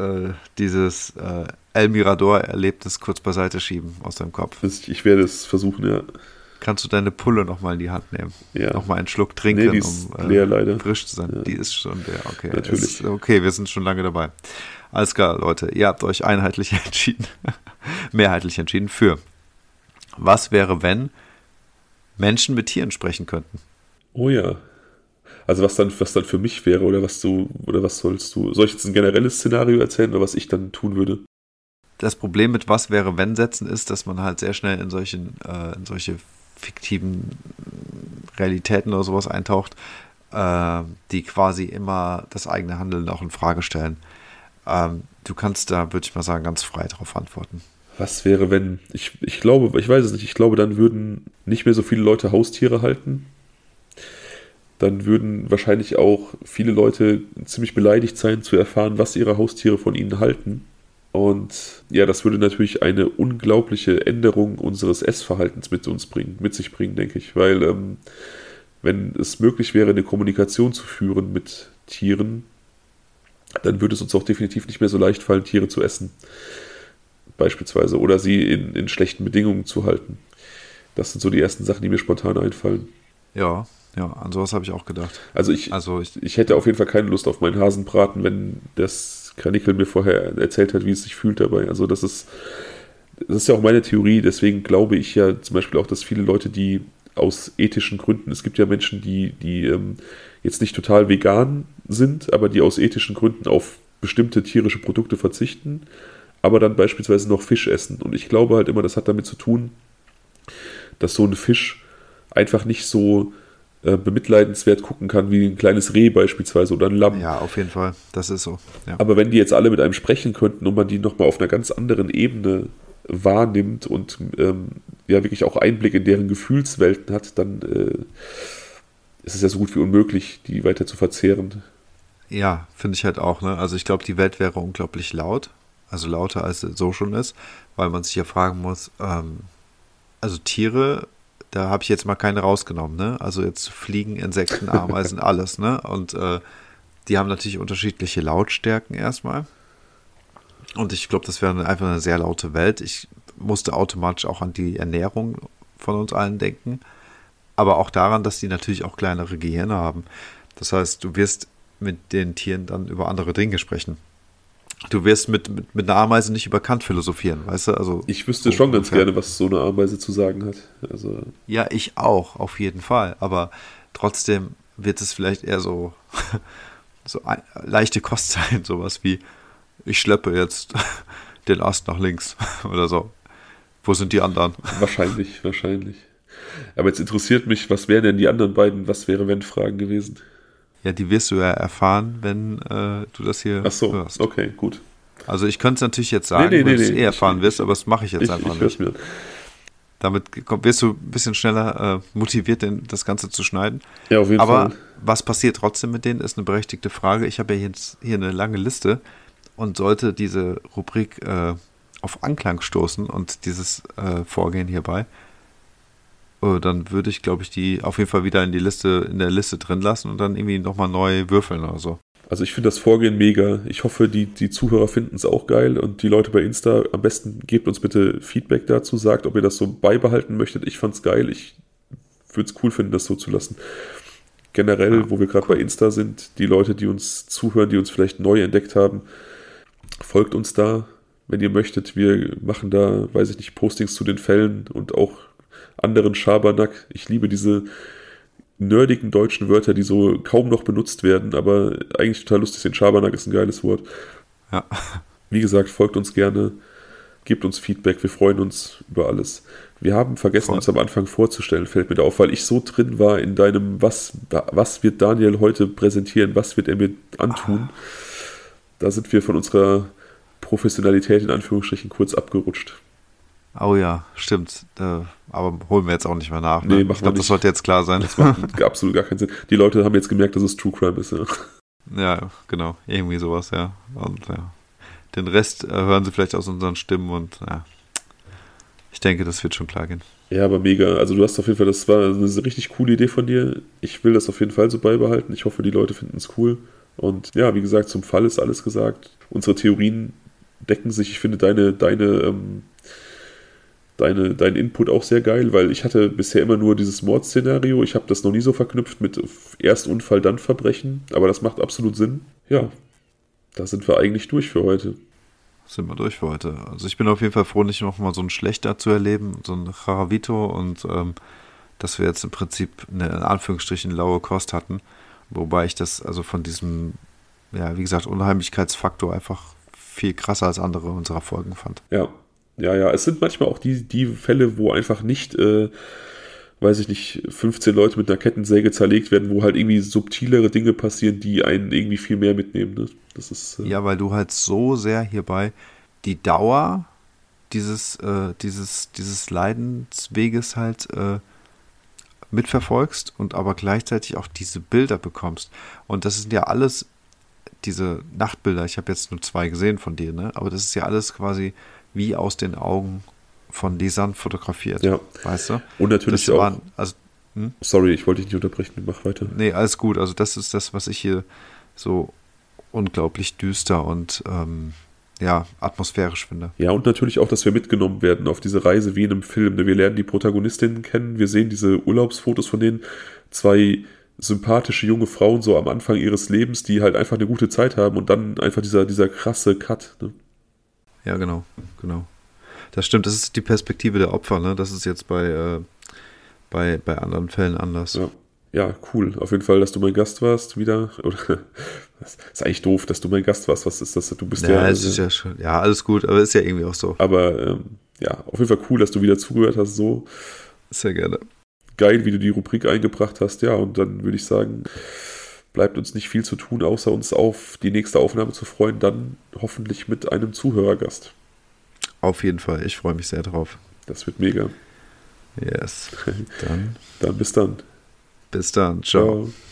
El Mirador-Erlebnis kurz beiseite schieben aus deinem Kopf? Ich werde es versuchen, ja. Kannst du deine Pulle nochmal in die Hand nehmen? Ja. Nochmal einen Schluck trinken, die ist leer, leider. Frisch zu sein. Ja. Die ist schon leer, okay. Natürlich. Okay, wir sind schon lange dabei. Alles klar, Leute, ihr habt euch einheitlich entschieden, mehrheitlich entschieden für. Was wäre, wenn Menschen mit Tieren sprechen könnten? Oh ja. Also was dann für mich wäre oder was sollst du? Soll ich jetzt ein generelles Szenario erzählen oder was ich dann tun würde? Das Problem mit was wäre, wenn Sätzen ist, dass man halt sehr schnell in solche fiktiven Realitäten oder sowas eintaucht, die quasi immer das eigene Handeln auch in Frage stellen. Du kannst da, würde ich mal sagen, ganz frei drauf antworten. Was wäre, wenn, ich glaube, ich weiß es nicht, ich glaube, dann würden nicht mehr so viele Leute Haustiere halten. Dann würden wahrscheinlich auch viele Leute ziemlich beleidigt sein, zu erfahren, was ihre Haustiere von ihnen halten. Und ja, das würde natürlich eine unglaubliche Änderung unseres Essverhaltens mit sich bringen, denke ich. Weil, wenn es möglich wäre, eine Kommunikation zu führen mit Tieren, dann würde es uns auch definitiv nicht mehr so leicht fallen, Tiere zu essen. Beispielsweise. Oder sie in schlechten Bedingungen zu halten. Das sind so die ersten Sachen, die mir spontan einfallen. Ja, an sowas habe ich auch gedacht. Also ich hätte auf jeden Fall keine Lust auf meinen Hasenbraten, wenn das Karnickel mir vorher erzählt hat, wie es sich fühlt dabei. Also das ist ja auch meine Theorie, deswegen glaube ich ja zum Beispiel auch, dass viele Leute, die aus ethischen Gründen, es gibt ja Menschen, die jetzt nicht total vegan sind, aber die aus ethischen Gründen auf bestimmte tierische Produkte verzichten, aber dann beispielsweise noch Fisch essen. Und ich glaube halt immer, das hat damit zu tun, dass so ein Fisch einfach nicht so bemitleidenswert gucken kann, wie ein kleines Reh beispielsweise oder ein Lamm. Ja, auf jeden Fall. Das ist so. Ja. Aber wenn die jetzt alle mit einem sprechen könnten und man die nochmal auf einer ganz anderen Ebene wahrnimmt und ja wirklich auch Einblick in deren Gefühlswelten hat, dann ist es ja so gut wie unmöglich, die weiter zu verzehren. Ja, finde ich halt auch, ne? Also ich glaube, die Welt wäre unglaublich laut, also lauter als es so schon ist, weil man sich ja fragen muss, also Tiere, da habe ich jetzt mal keine rausgenommen, ne? Also jetzt Fliegen, Insekten, Ameisen, alles, ne? Und die haben natürlich unterschiedliche Lautstärken erstmal. Und ich glaube, das wäre einfach eine sehr laute Welt. Ich musste automatisch auch an die Ernährung von uns allen denken, aber auch daran, dass die natürlich auch kleinere Gehirne haben. Das heißt, du wirst mit den Tieren dann über andere Dinge sprechen. Du wirst mit einer Ameise nicht über Kant philosophieren, weißt du? Also, Ich wüsste schon ganz gerne, was so eine Ameise zu sagen hat. Also, ja, ich auch, auf jeden Fall. Aber trotzdem wird es vielleicht eher so, so leichte Kost sein, sowas wie, ich schleppe jetzt den Ast nach links oder so. Wo sind die anderen? wahrscheinlich. Aber jetzt interessiert mich, was wären denn die anderen beiden Was wäre wenn Fragen gewesen? Ja, die wirst du ja erfahren, wenn du das hier Ach so, hörst. okay, gut. Also ich könnte es natürlich jetzt sagen, Nee, weil du es nee. erfahren wirst, aber das mache ich jetzt einfach Ich hör's nicht. mir an. Damit wirst du ein bisschen schneller motiviert, das Ganze zu schneiden. Ja, auf jeden Aber Fall. was passiert trotzdem mit denen, ist eine berechtigte Frage. Ich habe ja jetzt hier eine lange Liste und sollte diese Rubrik auf Anklang stoßen und dieses Vorgehen hierbei, dann würde ich, glaube ich, die auf jeden Fall wieder in der Liste drin lassen und dann irgendwie nochmal neu würfeln oder so. Also ich finde das Vorgehen mega. Ich hoffe, die Zuhörer finden es auch geil und die Leute bei Insta, am besten gebt uns bitte Feedback dazu, sagt, ob ihr das so beibehalten möchtet. Ich fand's geil. Ich würde es cool finden, das so zu lassen. Generell, Ja, wo wir gerade bei Insta sind, die Leute, die uns zuhören, die uns vielleicht neu entdeckt haben, folgt uns da, wenn ihr möchtet. Wir machen da, weiß ich nicht, Postings zu den Fällen und auch anderen Schabernack. Ich liebe diese nerdigen deutschen Wörter, die so kaum noch benutzt werden, aber eigentlich total lustig sind. Schabernack ist ein geiles Wort. Ja. Wie gesagt, folgt uns gerne, gebt uns Feedback, wir freuen uns über alles. Wir haben vergessen, Voll. uns am Anfang vorzustellen, fällt mir da auf, weil ich so drin war in deinem, was wird Daniel heute präsentieren, was wird er mir antun. Da sind wir von unserer Professionalität in Anführungsstrichen kurz abgerutscht. Oh ja, stimmt. Aber holen wir jetzt auch nicht mehr nach. Ne? Nee, machen Ich wir glaube, das nicht. sollte jetzt klar sein. Das macht absolut gar keinen Sinn. Die Leute haben jetzt gemerkt, dass es True Crime ist. Ja. Ja, genau. Irgendwie sowas, ja. Und ja. Den Rest hören sie vielleicht aus unseren Stimmen und ja. Ich denke, das wird schon klar gehen. Ja, aber mega. Also du hast auf jeden Fall, das war eine richtig coole Idee von dir. Ich will das auf jeden Fall so beibehalten. Ich hoffe, die Leute finden es cool. Und ja, wie gesagt, zum Fall ist alles gesagt. Unsere Theorien decken sich. Ich finde dein Input auch sehr geil, weil ich hatte bisher immer nur dieses Mordszenario. Ich habe das noch nie so verknüpft mit erst Unfall, dann Verbrechen. Aber das macht absolut Sinn. Ja, da sind wir eigentlich durch für heute. Sind wir durch für heute. Also ich bin auf jeden Fall froh, nicht noch mal so ein Schlechter zu erleben, so ein Charavito und dass wir jetzt im Prinzip eine in Anführungsstrichen laue Kost hatten. Wobei ich das also von diesem, ja, wie gesagt, Unheimlichkeitsfaktor einfach viel krasser als andere unserer Folgen fand. Ja. Es sind manchmal auch die Fälle, wo einfach nicht, weiß ich nicht, 15 Leute mit einer Kettensäge zerlegt werden, wo halt irgendwie subtilere Dinge passieren, die einen irgendwie viel mehr mitnehmen. Ne? Das ist, Ja, weil du halt so sehr hierbei die Dauer dieses Leidensweges halt mitverfolgst und aber gleichzeitig auch diese Bilder bekommst. Und das sind ja alles diese Nachtbilder. Ich habe jetzt nur 2 gesehen von dir, ne? Aber das ist ja alles quasi wie aus den Augen von Lesern fotografiert. Ja. Weißt du? Und natürlich Das auch. waren, also, Sorry, ich wollte dich nicht unterbrechen, mach weiter. nee, alles gut. Also das ist das, was ich hier so unglaublich düster und ja, atmosphärisch finde. Ja, und natürlich auch, dass wir mitgenommen werden auf diese Reise wie in einem Film. Ne? Wir lernen die Protagonistinnen kennen, wir sehen diese Urlaubsfotos von denen, 2 sympathische junge Frauen so am Anfang ihres Lebens, die halt einfach eine gute Zeit haben und dann einfach dieser krasse Cut. Ne? Ja, genau. Das stimmt, das ist die Perspektive der Opfer, ne? Das ist jetzt bei anderen Fällen anders. Ja, cool. Auf jeden Fall, dass du mein Gast warst wieder. Oder, das ist eigentlich doof, dass du mein Gast warst. Was ist das? Du bist Ja, es ist ja schon, ja, alles gut, aber ist ja irgendwie auch so. Aber ja, auf jeden Fall cool, dass du wieder zugehört hast. So. Sehr gerne. geil, wie du die Rubrik eingebracht hast. Ja, und dann würde ich sagen, bleibt uns nicht viel zu tun, außer uns auf die nächste Aufnahme zu freuen, dann hoffentlich mit einem Zuhörergast. Auf jeden Fall, ich freue mich sehr drauf. Das wird mega. Yes. Dann bis dann. Bis dann. Ciao. Ciao.